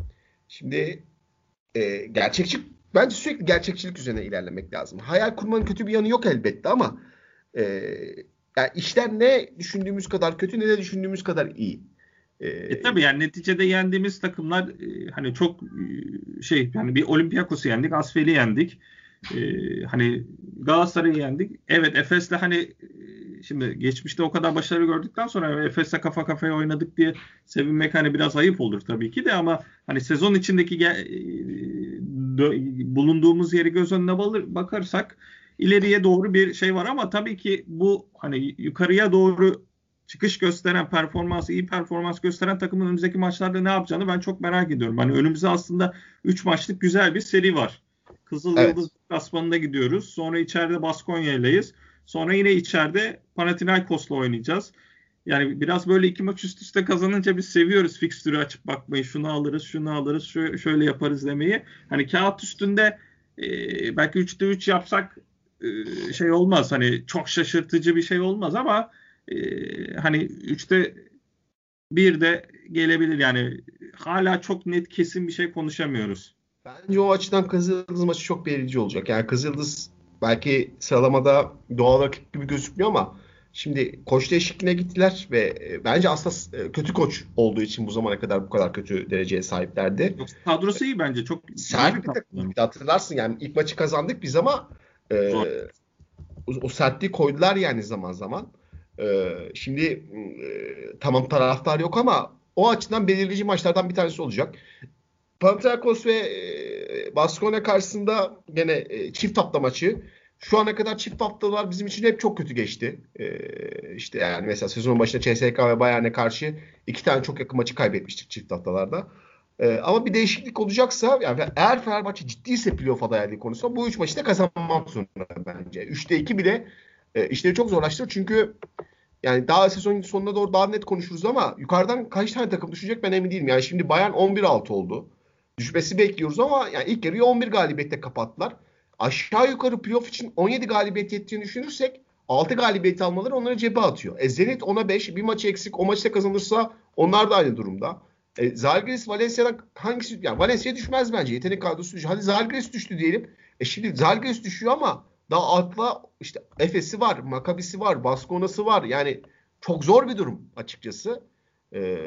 Şimdi e, gerçekçi, bence sürekli gerçekçilik üzerine ilerlemek lazım. Hayal kurmanın kötü bir yanı yok elbette ama e, yani işler ne düşündüğümüz kadar kötü ne de düşündüğümüz kadar iyi. E, e tabii yani neticede yendiğimiz takımlar e, hani çok e, şey, yani bir Olympiakos'u yendik, Asfel'i yendik. E, hani Galatasaray'ı yendik. Evet, Efes'le hani e, şimdi geçmişte o kadar başarı gördükten sonra Efes'le kafa kafaya oynadık diye sevinmek hani biraz ayıp olur tabii ki de, ama hani sezon içindeki ge- e, dö- bulunduğumuz yeri göz önüne balır, bakarsak ileriye doğru bir şey var ama tabii ki bu hani yukarıya doğru çıkış gösteren, performansı, iyi performans gösteren takımın önümüzdeki maçlarda ne yapacağını ben çok merak ediyorum. Hani önümüzde aslında üç maçlık güzel bir seri var. Kızıl Evet. Yıldız deplasmanına gidiyoruz. Sonra içeride Baskonya'yleyiz. Sonra yine içeride Panathinaikos'la oynayacağız. Yani biraz böyle iki maç üst üste kazanınca biz seviyoruz fikstürü açıp bakmayı. Şunu alırız, şunu alırız, şö- şöyle yaparız demeyi. Hani kağıt üstünde e, belki üçte üç yapsak e, şey olmaz. Hani çok şaşırtıcı bir şey olmaz ama e, hani üçte bir de gelebilir. Yani hala çok net kesin bir şey konuşamıyoruz. Bence o açıdan Kızıldız maçı çok belirleyici olacak. Yani Kızıldız belki sıralamada doğal rakip gibi gözükmüyor ama şimdi koç değişikliğine gittiler ve e, bence aslında e, kötü koç olduğu için bu zamana kadar bu kadar kötü dereceye sahiplerdi. Yoksa kadrosu iyi bence. Çok iyi bir Sert bir kadro. takım. Hatırlarsın yani ilk maçı kazandık biz ama e, Zor. o, o sertliği koydular yani zaman zaman. E, şimdi e, tamam taraftar yok ama o açıdan belirleyici maçlardan bir tanesi olacak. Panathinaikos ve e, Baskonya karşısında gene e, çift hafta maçı. Şu ana kadar çift haftalar bizim için hep çok kötü geçti. E, işte yani mesela sezon başında C S K ve Bayern'e karşı iki tane çok yakın maçı kaybetmiştik çift haftalarda. E, ama bir değişiklik olacaksa, yani eğer Fenerbahçe ciddiyse playoff adaylığı konusunda bu üç maçı da kazanmak zorunda bence. Üçte iki bile e, işleri çok zorlaştırır çünkü yani daha sezonun sonuna doğru daha net konuşuruz ama yukarıdan kaç tane takım düşecek ben emin değilim. Yani şimdi Bayern on bir altı oldu. Düşmesi bekliyoruz ama yani ilk yarıyı on bir galibiyette kapattılar. Aşağı yukarı playoff için on yedi galibiyet yettiğini düşünürsek altı galibiyet almaları onları cebe atıyor. E Zenit ona beş, bir maçı eksik, o maçı da kazanırsa onlar da aynı durumda. E, Zalgiris Valencia'dan hangisi, yani Valencia düşmez bence. Yetenek kadrosu düşüyor. Hadi Zalgiris düştü diyelim. E şimdi Zalgiris düşüyor ama daha altla işte Efes'i var, Makabisi var, Baskona'sı var. Yani çok zor bir durum açıkçası. Ee,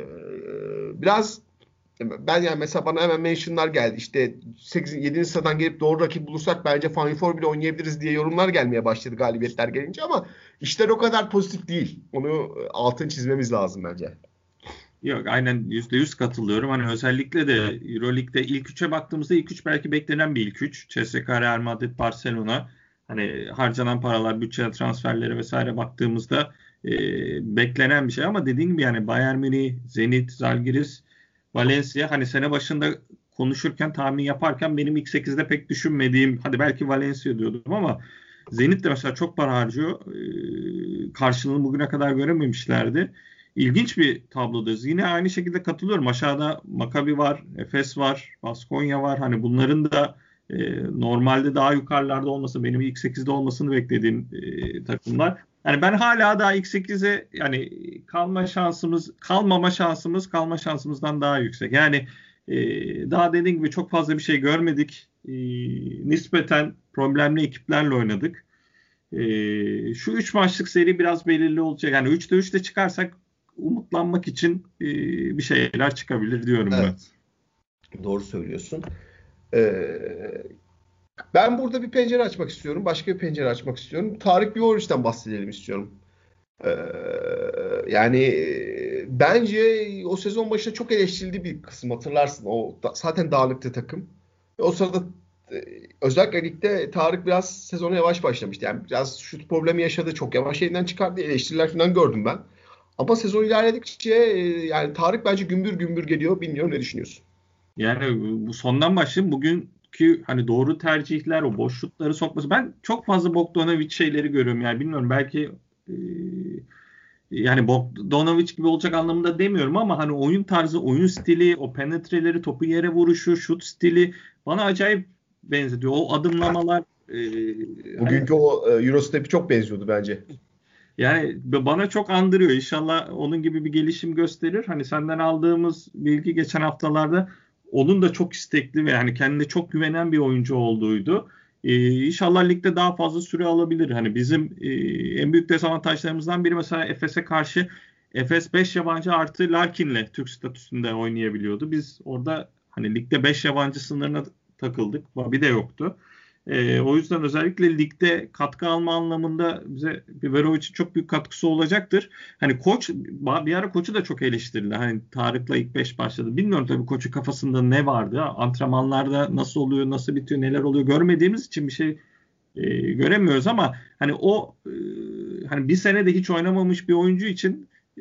biraz ben yani mesela bana hemen mentionlar geldi. İşte sekiz yedinci sıradan gelip doğru rakip bulursak bence Final Four bile oynayabiliriz diye yorumlar gelmeye başladı galibiyetler gelince ama işler o kadar pozitif değil. Onu altını çizmemiz lazım bence. Yok, aynen yüzde yüz katılıyorum. Hani özellikle de Euroleague'de ilk üçe baktığımızda ilk üç belki beklenen bir ilk üç. C S K, Real Madrid, Barcelona. Hani harcanan paralar, bütçe transferleri vesaire baktığımızda e, beklenen bir şey ama dediğim gibi yani Bayern Münih, Zenit, Zalgiris, Valencia, hani sene başında konuşurken, tahmin yaparken benim ilk sekizde pek düşünmediğim, hadi belki Valencia diyordum ama Zenit de mesela çok para harcıyor. Ee, karşılığını bugüne kadar görememişlerdi. İlginç bir tabloda. Yine aynı şekilde katılıyorum. Aşağıda Maccabi var, Efes var, Baskonya var. Hani bunların da e, normalde daha yukarılarda olması, benim ilk sekizde olmasını beklediğim e, takımlar. Yani ben hala daha ilk sekize yani kalma şansımız, kalmama şansımız, kalma şansımızdan daha yüksek. Yani e, daha dediğim gibi çok fazla bir şey görmedik. E, nispeten problemli ekiplerle oynadık. E, şu üç maçlık seri biraz belirli olacak. Yani üçte üçte çıkarsak umutlanmak için e, bir şeyler çıkabilir diyorum ben. Evet. Doğru söylüyorsun. Ee, ben burada bir pencere açmak istiyorum. Başka bir pencere açmak istiyorum. Tarık Bioric'ten bahsedelim istiyorum. Ee, yani e, bence o sezon başında çok eleştirildiği bir kısım, hatırlarsın. O da, zaten dağınıktı takım. Ve o sırada e, özellikle ligde Tarık biraz sezona yavaş başlamıştı. Yani biraz şut problemi yaşadı. Çok yavaş elinden çıkardı. Eleştiriler falan gördüm ben. Ama sezon ilerledikçe e, yani Tarık bence gümbür gümbür geliyor. Bilmiyorum, ne düşünüyorsun? Yani bu sondan başlayayım. Bugünkü hani doğru tercihler, o boş şutları sokması. Ben çok fazla Bogdanovic şeyleri görüyorum. Yani bilmiyorum, belki e, yani Bogdanovic gibi olacak anlamında demiyorum ama hani oyun tarzı, oyun stili, o penetreleri, topu yere vuruşu, şut stili bana acayip benzetiyor. O adımlamalar e, hani Bugünkü o e, Eurostep'i çok benziyordu bence. yani bana çok andırıyor. İnşallah onun gibi bir gelişim gösterir. Hani senden aldığımız bilgi geçen haftalarda onun da çok istekli ve hani kendine çok güvenen bir oyuncu olduğuydu. Ee, İnşallah ligde daha fazla süre alabilir. Hani bizim e, en büyük dezavantajlarımızdan biri mesela Efes'e karşı Efes beş yabancı artı Larkin'le Türk statüsünde oynayabiliyordu. Biz orada hani ligde beş yabancı sınırına takıldık. Bir de yoktu. E, o yüzden özellikle ligde katkı alma anlamında bize Biberovic'in çok büyük katkısı olacaktır. Hani koç, bir ara koçu da çok eleştirildi. Hani Tarık'la ilk beş başladı. Bilmiyorum tabii koçun kafasında ne vardı. Antrenmanlarda nasıl oluyor, nasıl bitiyor, neler oluyor görmediğimiz için bir şey e, göremiyoruz ama hani o e, hani bir sene de hiç oynamamış bir oyuncu için e,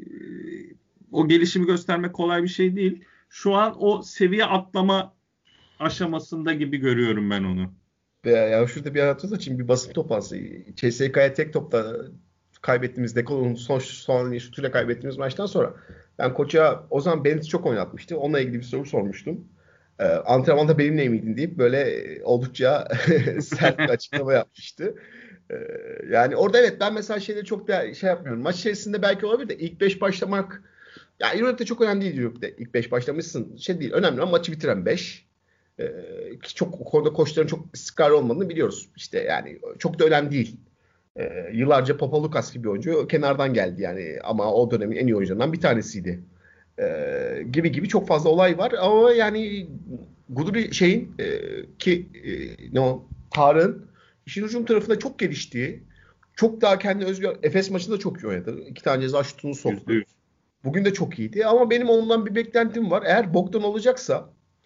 o gelişimi göstermek kolay bir şey değil. Şu an o seviye atlama aşamasında gibi görüyorum ben onu. Ve ya şurada bir anlatıyoruz için bir basın toplantısı. C S K'ya tek topta kaybettiğimiz, Dekolo'nun son, son şutuyla kaybettiğimiz maçtan sonra ben koça o zaman beni çok oynatmıştı. Onunla ilgili bir soru sormuştum. Ee, antrenmanda benimle miydin deyip böyle oldukça sert bir açıklama yapmıştı. Ee, yani orada evet, ben mesela şeyleri çok da şey yapmıyorum. Maç içerisinde belki olabilir de ilk beş başlamak, ya Euroleague'de çok önemli değil Euroleague'de. İlk beş başlamışsın şey değil. Önemli ama maçı bitiren beş. Ee, çok o konuda koçların çok istikrarlı olmadığını biliyoruz. İşte yani çok da önemli değil. Ee, yıllarca Papalukas gibi bir oyuncu kenardan geldi yani, ama o dönemin en iyi oyuncularından bir tanesiydi. Ee, gibi gibi çok fazla olay var ama yani Guduri şeyin e, ki e, ne o Tarık'ın işin hücum tarafında çok geliştiği, çok daha kendi özgür, Efes maçında çok iyi oynadı. İki tane ceza şutunu soktu. yüzde yüz. Bugün de çok iyiydi ama benim ondan bir beklentim var. Eğer Bogdan olacaksa,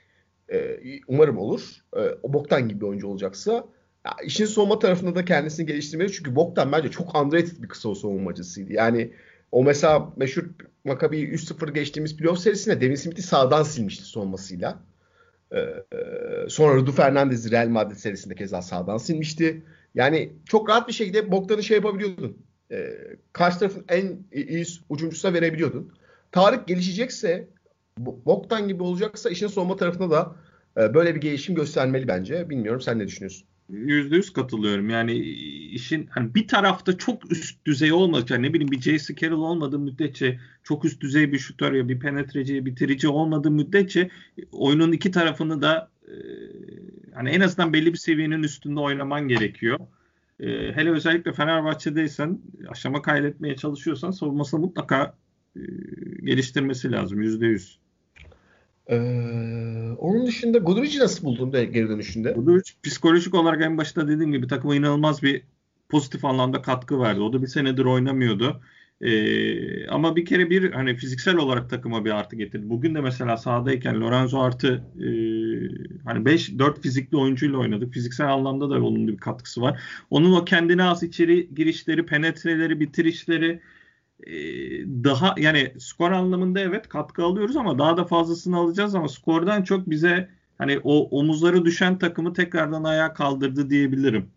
e, umarım olur. E, o Bogdan gibi bir oyuncu olacaksa, ya işin savunma tarafında da kendisini geliştirmeli. Çünkü Bogdan bence çok underrated bir kısa savunmacısıydı. Yani o mesela meşhur Maccabi'yi üç sıfır geçtiğimiz playoff serisinde Devin Smith'i sağdan silmişti savunmasıyla. E, e, sonra Rudy Fernandez'i Real Madrid serisinde keza sağdan silmişti. Yani çok rahat bir şekilde Bogdan'ı şey yapabiliyordun. E, karşı tarafın en iyi ucumcusuna verebiliyordun. Tarık gelişecekse, Bogdan gibi olacaksa işin savunma tarafında da e, böyle bir gelişim göstermeli bence. Bilmiyorum, sen ne düşünüyorsun? Yüzde yüz katılıyorum. Yani işin hani bir tarafta çok üst düzey olmadıkça, ne bileyim bir J C Carroll olmadığı müddetçe, çok üst düzey bir şutör ya bir penetreci, bitirici olmadığı müddetçe oyunun iki tarafını da e, hani en azından belli bir seviyenin üstünde oynaman gerekiyor. E, hele özellikle Fenerbahçe'deysen, aşama kaydetmeye çalışıyorsan savunmasını mutlaka e, geliştirmesi lazım. Yüzde yüz. Ee, onun dışında Guduric'i nasıl buldun da geri dönüşünde? Bu da psikolojik olarak en başta dediğim gibi takıma inanılmaz bir pozitif anlamda katkı verdi. O da bir senedir oynamıyordu. Ee, ama bir kere bir hani fiziksel olarak takıma bir artı getirdi. Bugün de mesela sahadayken Lorenzo artı e, hani beş dört fizikli oyuncuyla oynadık. Fiziksel anlamda da onun bir katkısı var. Onun o kendine az içeri girişleri, penetreleri, bitirişleri, e, daha yani skor anlamında evet katkı alıyoruz ama daha da fazlasını alacağız ama skordan çok bize hani o omuzları düşen takımı tekrardan ayağa kaldırdı diyebilirim.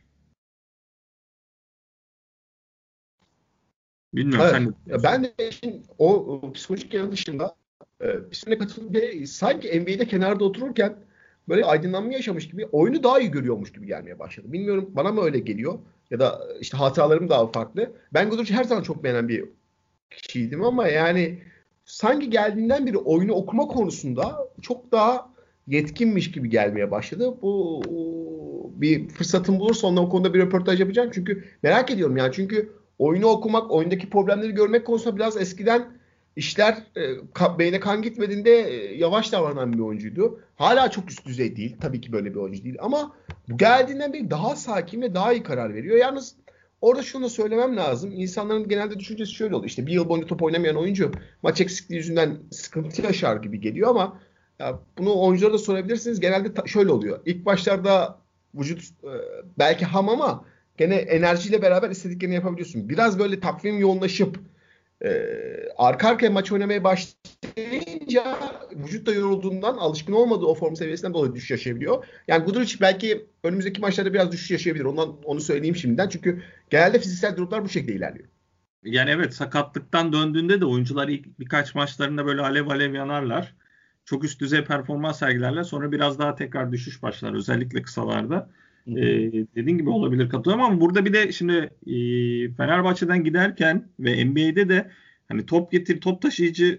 Bilmiyorum sen Evet. ne Ya düşünüyorsun? ben de işin o, o psikolojik yanı dışında e, bir süre katılıyorum ve sanki N B A'de kenarda otururken böyle aydınlanma yaşamış gibi oyunu daha iyi görüyormuş gibi gelmeye başladı. Bilmiyorum bana mı öyle geliyor ya da işte hatalarım daha farklı. Ben Goodrich'i her zaman çok beğenen bir kişiydim ama yani sanki geldiğinden beri oyunu okuma konusunda çok daha yetkinmiş gibi gelmeye başladı. Bu bir fırsatım bulursa onunla o konuda bir röportaj yapacağım. Çünkü merak ediyorum yani çünkü oyunu okumak, oyundaki problemleri görmek konusunda biraz eskiden işler e, beyne kan gitmediğinde e, yavaş davranan bir oyuncuydu. Hala çok üst düzey değil. Tabii ki böyle bir oyuncu değil ama bu geldiğinden beri daha sakin ve daha iyi karar veriyor. Yalnız orada şunu da söylemem lazım. İnsanların genelde düşüncesi şöyle oluyor. İşte bir yıl boyunca top oynamayan oyuncu maç eksikliği yüzünden sıkıntı yaşar gibi geliyor ama ya bunu oyunculara da sorabilirsiniz. Genelde ta- şöyle oluyor. İlk başlarda vücut e, belki ham ama gene enerjiyle beraber istediklerini yapabiliyorsun. Biraz böyle takvim yoğunlaşıp e, arka arkaya maç oynamaya başlayınca vücut da yorulduğundan alışkın olmadığı o form seviyesinden dolayı düşüş yaşayabiliyor. Yani Guduric belki önümüzdeki maçlarda biraz düşüş yaşayabilir. Ondan onu söyleyeyim şimdiden. Çünkü genelde fiziksel durumlar bu şekilde ilerliyor. Yani evet sakatlıktan döndüğünde de oyuncular ilk birkaç maçlarında böyle alev alev yanarlar. Çok üst düzey performans sergilerler. Sonra biraz daha tekrar düşüş başlar. Özellikle kısalarda. Hı Ee, hı. dediğin gibi olabilir katılıyorum ama burada bir de şimdi e, Fenerbahçe'den giderken ve N B A'de de hani top getir top taşıyıcı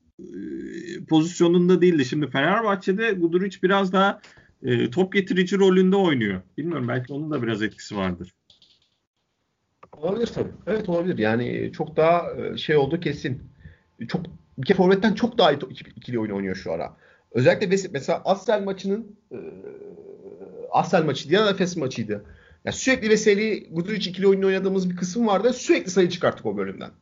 e, pozisyonunda değildi. Şimdi Fenerbahçe'de Guduric biraz daha e, top getirici rolünde oynuyor. Bilmiyorum belki onun da biraz etkisi vardır. Olabilir tabii. Evet olabilir. Yani çok daha e, şey oldu kesin. Çok bir kere forvetten çok daha iyi to- ikili ikili oyun oynuyor şu ara. Özellikle Ves- mesela Astel maçının e, Astel maçıydı ya da Efes maçıydı. Ya sürekli Veseli Guduric ikili oyunu oynadığımız bir kısım vardı. Sürekli sayı çıkarttık o bölümden.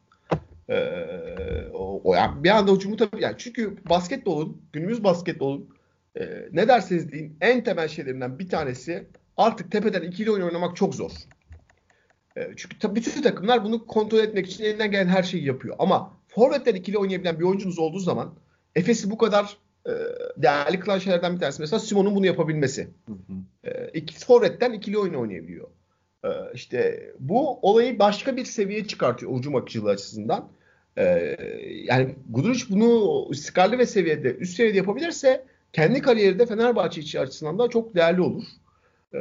Ee, o, o yani bir anda hücumu tabii yani çünkü basketbolun günümüz basketbolun e, ne derseniz deyin en temel şeylerinden bir tanesi artık tepeden ikili oyun oynamak çok zor. E, çünkü tabii bütün takımlar bunu kontrol etmek için elinden gelen her şeyi yapıyor. Ama forvetten ikili oynayabilen bir oyuncunuz olduğu zaman Efes'i bu kadar e, değerli kılan şeylerden bir tanesi. Mesela Simon'un bunu yapabilmesi. Hı hı. E, iki, forvetten ikili oyun oynayabiliyor. E, işte bu olayı başka bir seviyeye çıkartıyor hücum akıcılığı açısından. E, yani Guduric bunu istikrarlı ve seviyede, üst seviyede yapabilirse kendi kariyeri de Fenerbahçe içi açısından da çok değerli olur. E,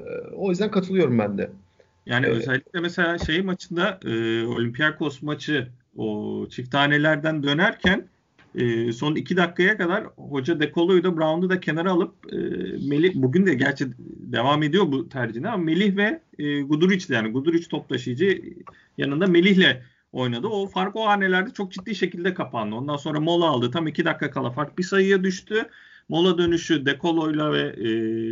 o yüzden katılıyorum ben de. Yani E, özellikle mesela şey maçında e, Olympiakos maçı o çift tanelerden dönerken e, son iki dakikaya kadar hoca De Colo'yu da Brown'u da kenara alıp e, Melih bugün de gerçi devam ediyor bu tercihine ama Melih ve e, Guduric yani Guduric top taşıyıcı yanında Melih'le oynadı. O fark o hanelerde çok ciddi şekilde kapandı. Ondan sonra mola aldı. Tam iki dakika kala fark bir sayıya düştü. Mola dönüşü De Colo'yla ve e,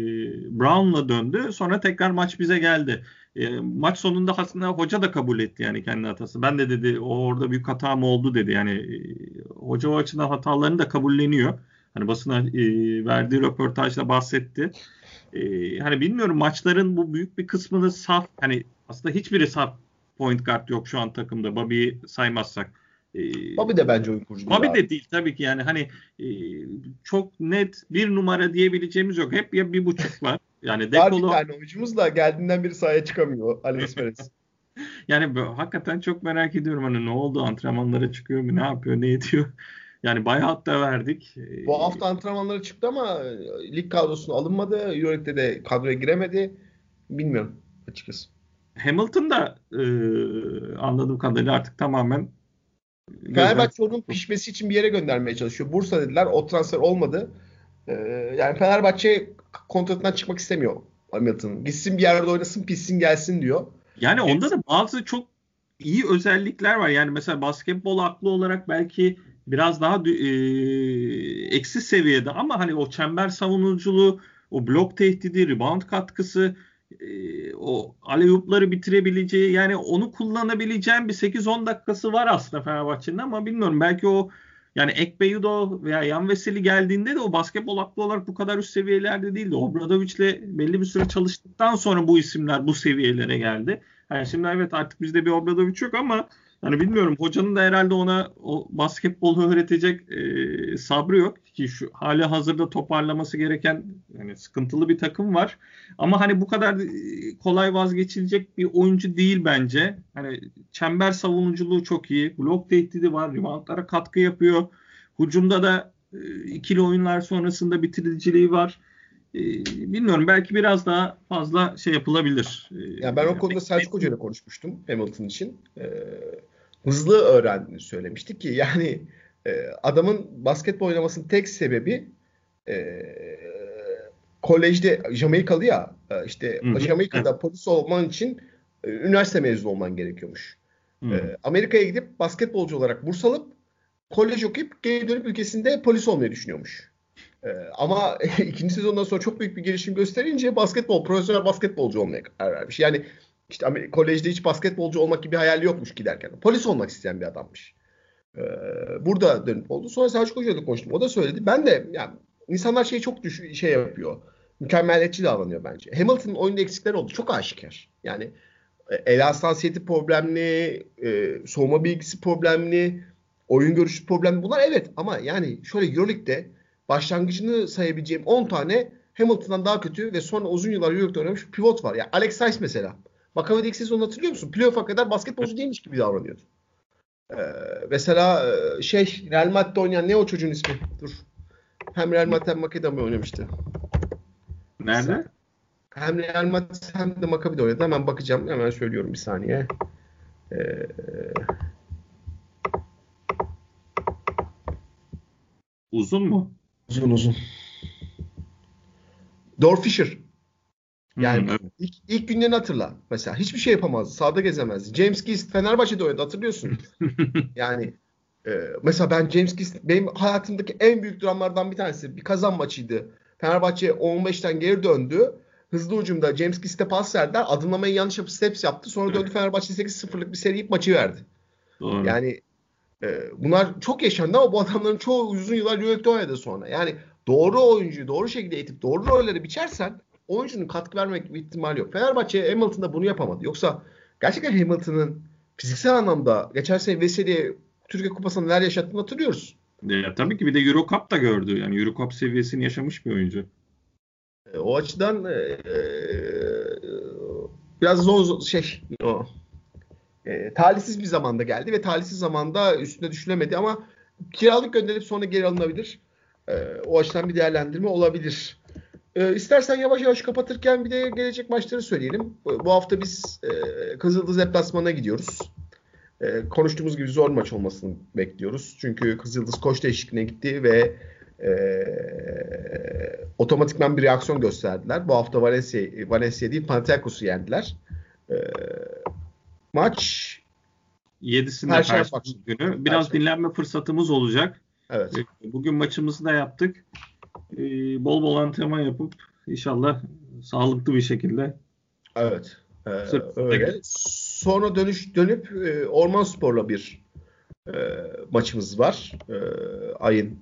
Brown'la döndü. Sonra tekrar maç bize geldi. E, maç sonunda aslında hoca da kabul etti yani kendi hatasını. Ben de dedi o orada büyük hata mı oldu dedi. Yani e, hoca o açıdan hatalarını da kabulleniyor. Hani basına e, verdiği röportajda bahsetti. E, hani bilmiyorum maçların bu büyük bir kısmını saf hani aslında hiçbiri saf point guard yok şu an takımda. Bobby'yi saymazsak. E, Bobby de bence oyun kurucu değil Bobby abi. de değil tabii ki yani hani e, çok net bir numara diyebileceğimiz yok. Hep ya bir buçuk var. Yani Var bir Dekolo tane oyuncumuz da geldiğinden beri sahaya çıkamıyor. Alex Perez. yani bu- hakikaten çok merak ediyorum hani ne oldu antrenmanlara çıkıyor mu ne yapıyor ne ediyor. Yani bayağı da verdik. Bu Ee, hafta antrenmanlara çıktı ama e, lig kadrosuna alınmadı. Euroleague'de de kadroya giremedi. Bilmiyorum açıkçası. Hamilton da e, anladığım kadarıyla artık tamamen gözden Fenerbahçe onun pişmesi için bir yere göndermeye çalışıyor. Bursa dediler. O transfer olmadı. Ee, yani Fenerbahçe kontratından çıkmak istemiyor Hamilton'ın. Gitsin bir yerde oynasın, pişsin gelsin diyor. yani onda Kendisi da bazı çok iyi özellikler var. Yani mesela basketbol aklı olarak belki biraz daha e, eksi seviyede ama hani o çember savunuculuğu, o blok tehdidi, rebound katkısı, e, o alley-oop'ları bitirebileceği yani onu kullanabileceğim bir sekiz on dakikası var aslında Fenerbahçe'nin ama bilmiyorum belki o yani Ekpeyudo veya Yan Veseli geldiğinde de o basketbol aklı olarak bu kadar üst seviyelerde değildi. Obradovic'le belli bir süre çalıştıktan sonra bu isimler bu seviyelere geldi. Yani şimdi evet artık bizde bir Obradovic yok ama Hani bilmiyorum, hocanın da herhalde ona o basketbolu öğretecek e, sabrı yok ki şu hali hazırda toparlaması gereken, yani sıkıntılı bir takım var. Ama hani bu kadar e, kolay vazgeçilecek bir oyuncu değil bence. Hani çember savunuculuğu çok iyi. Blok tehdidi var. Reboundlara katkı yapıyor. Hücumda da e, ikili oyunlar sonrasında bitiriciliği var. E, bilmiyorum, belki biraz daha fazla şey yapılabilir. E, Yani ben o konuda Selçuk Hoca ile konuşmuştum Hamilton için. Ee, hızlı öğrendiğini söylemiştik ki yani e, adamın basketbol oynamasının tek sebebi e, kolejde Jamaikalı ya e, işte Hı hı, Jamaika'da evet. polis olman için e, üniversite mezunu olman gerekiyormuş. Hı. E, Amerika'ya gidip basketbolcu olarak burs alıp kolej okuyup geri dönüp ülkesinde polis olmayı düşünüyormuş. E, ama ikinci sezondan sonra çok büyük bir gelişim gösterince basketbol, profesyonel basketbolcu olmaya karar vermiş. Yani işte Amer- kolejde hiç basketbolcu olmak gibi bir hayali yokmuş giderken. Polis olmak isteyen bir adammış. Ee, burada dönüp oldu. Sonra Selçuk Hoca'yla konuştum. O da söyledi. Ben de yani insanlar şeyi çok düş şey yapıyor. Mükemmeliyetçi davranıyor bence. Hamilton'ın oyunda eksikler oldu. Çok aşikar. Yani e, el hassasiyeti problemli, e, soğuma bilgisi problemli, oyun görüşü problemli. Bunlar evet ama yani şöyle EuroLeague'de başlangıcını sayabileceğim on tane Hamilton'dan daha kötü ve sonra uzun yıllar EuroLeague'de oynamış bir pivot var. Ya Alex Rice mesela. Maccabi'de ilk sezonu hatırlıyor musun? Playoff'a kadar basketbolcu değilmiş gibi davranıyordu. Ee, mesela e, şey Real Madrid'de oynayan ne o çocuğun ismi? Dur. Hem Real Madrid hem Maccabi'de oynamıştı. Bir saniye. Nerede? Hem Real Madrid hem de Maccabi'de oynadı. Hemen bakacağım. Hemen söylüyorum bir saniye. Ee, Uzun mu? uzun uzun. Dor Fisher. Hmm, Yani evet. ilk, ilk günlerini hatırla. Mesela hiçbir şey yapamazdı. Sahada gezemezdi. James Gist Fenerbahçe'de oynadı hatırlıyorsun. Yani e, mesela ben James Gist benim hayatımdaki en büyük dramlardan bir tanesi. Bir kazan maçıydı. Fenerbahçe on beşten geri döndü. Hızlı hücumda James Gist'e pas verdiler. Adımlamayı yanlış yapıp steps yaptı. Sonra döndü Fenerbahçe sekiz sıfırlık bir seri maçı verdi. Doğru. Yani e, bunlar çok yaşandı ama bu adamların çoğu uzun yıllar Euroleague'de oynadı sonra. Yani doğru oyuncuyu doğru şekilde eğitip doğru rolleri biçersen oyuncunun katkı vermek bir ihtimali yok. Fenerbahçe Hamilton'da bunu yapamadı. Yoksa gerçekten Hamilton'ın fiziksel anlamda geçen sene Veseli'ye Türkiye Kupası'nda neler yaşattığını hatırlıyoruz. Ya, tabii ki bir de Euro Cup da gördü. Yani Euro Cup seviyesini yaşamış bir oyuncu. E, o açıdan e, e, biraz zor şey o e, talihsiz bir zamanda geldi ve talihsiz zamanda üstüne düşülemedi ama kiralık gönderip sonra geri alınabilir. E, o açıdan bir değerlendirme olabilir. E, istersen yavaş yavaş kapatırken bir de gelecek maçları söyleyelim. Bu, bu hafta biz e, Kızıldız deplasmanına gidiyoruz. E, konuştuğumuz gibi zor maç olmasını bekliyoruz. Çünkü Kızıldız koç değişikliğine gitti ve e, otomatikman bir reaksiyon gösterdiler. Bu hafta Valencia, Valencia değil Panathinaikos'u yendiler. E, maç Yedisinde Perşembe Perşembe akşamı. günü. Biraz Perşembe. dinlenme fırsatımız olacak. Evet. E, Bugün maçımızı da yaptık. E, Bol bol antrenman yapıp inşallah sağlıklı bir şekilde Evet. Ee, sırtımıza öyle. gideceğiz. Sonra dönüş dönüp e, Ormanspor'la bir e, maçımız var. E, ayın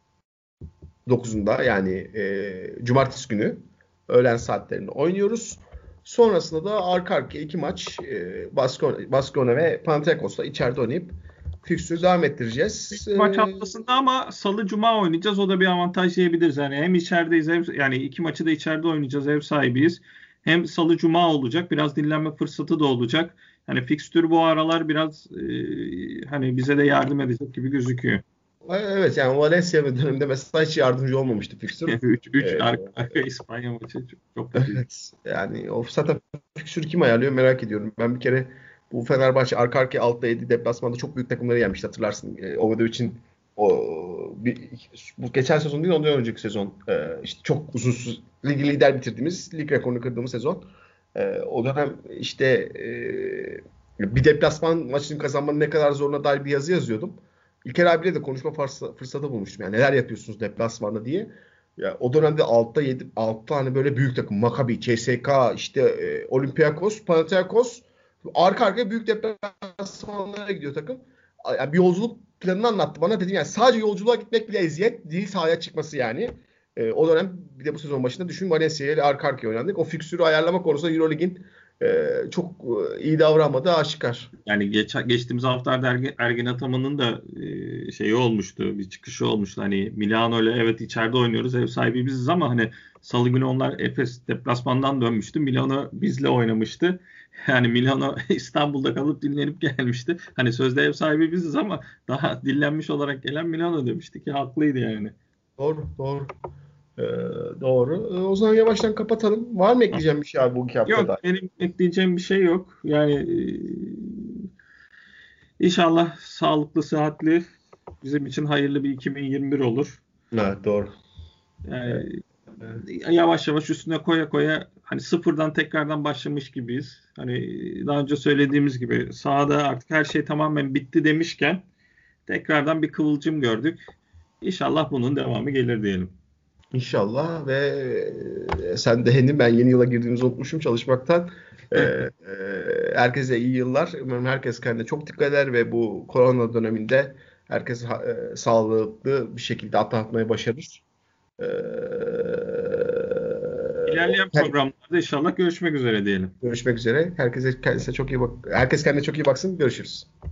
dokuzunda yani e, cumartesi günü öğlen saatlerinde oynuyoruz. Sonrasında da arka arkaya iki maç e, Baskona, Baskona ve Panathinaikos'la içeride oynayıp fikstürü devam ettireceğiz. Maç E, haftasında ama Salı Cuma oynayacağız. O da bir avantaj diyebiliriz. Yani hem içerideyiz, hem, yani iki maçı da içeride oynayacağız. Ev sahibiyiz. Hem Salı Cuma olacak. Biraz dinlenme fırsatı da olacak. Hani fikstür bu aralar biraz e, hani bize de yardım edecek gibi gözüküyor. evet yani Valencia döneminde mesela hiç yardımcı olmamıştı fikstür. üç üç E, arka, arka İspanya maçı çok, çok kötü. Evet. Yani o zaten fikstürü kim ayarlıyor merak ediyorum. Ben bir kere bu Fenerbahçe arka arkaya altta yedi deplasmanda çok büyük takımları yenmişti hatırlarsın. E, Obradovic'in o bir, bu geçen sezon değil ondan önceki sezon e, işte çok uzun ligi lider bitirdiğimiz lig rekorunu kırdığımız sezon. E, o dönem işte e, bir deplasman maçını kazanmanın ne kadar zoruna dair bir yazı yazıyordum. İlker abiyle de konuşma fırsatı, fırsatı bulmuştum. Yani neler yapıyorsunuz deplasmanda diye. Ya o dönemde altta yedi altı tane böyle büyük takım Maccabi, C S K, işte e, Olympiakos, Panathinaikos arka arkaya büyük deplasmanlara gidiyor takım. Yani bir yolculuk planını anlattı bana. Dedim yani sadece yolculuğa gitmek bile eziyet değil sahaya çıkması yani. E, o dönem bir de bu sezon başında düşün Valencia ile arka arkaya oynandık. O fiksürü ayarlama konusunda EuroLeague'in e, çok iyi davranmadığı aşikar. Yani geç, geçtiğimiz haftalarda Ergen, Ergin Ataman'ın da e, şeyi olmuştu, bir çıkışı olmuştu. Hani Milano ile evet içeride oynuyoruz, ev sahibi biziz ama hani Salı günü onlar Efes deplasmandan dönmüştü. Milano bizle oynamıştı. Yani Milano İstanbul'da kalıp dinlenip gelmişti. Hani sözde ev sahibi biziz ama daha dinlenmiş olarak gelen Milano demişti ki haklıydı yani. Doğru, doğru. Ee, doğru. Ee, o zaman yavaştan kapatalım. Var mı ekleyeceğim bir şey abi bu iki haftada? Yok, benim ekleyeceğim bir şey yok. Yani e, inşallah sağlıklı, sıhhatli, bizim için hayırlı bir iki bin yirmi bir olur. Evet, doğru. Yani Evet. yavaş yavaş üstüne koya koya hani sıfırdan tekrardan başlamış gibiyiz. Hani daha önce söylediğimiz gibi sahada artık her şey tamamen bitti demişken tekrardan bir kıvılcım gördük. İnşallah bunun devamı gelir diyelim. İnşallah ve e, sen de henüz ben yeni yıla girdiğimizi unutmuşum çalışmaktan. Ee, e, herkese iyi yıllar. Umarım herkes kendine çok dikkat eder ve bu korona döneminde herkes e, sağlıklı bir şekilde atlatmayı başarır. Ee, İlerleyen her- programlarda inşallah görüşmek üzere diyelim. görüşmek üzere. Herkese kendinize çok iyi bak. Herkes kendine çok iyi baksın. Görüşürüz.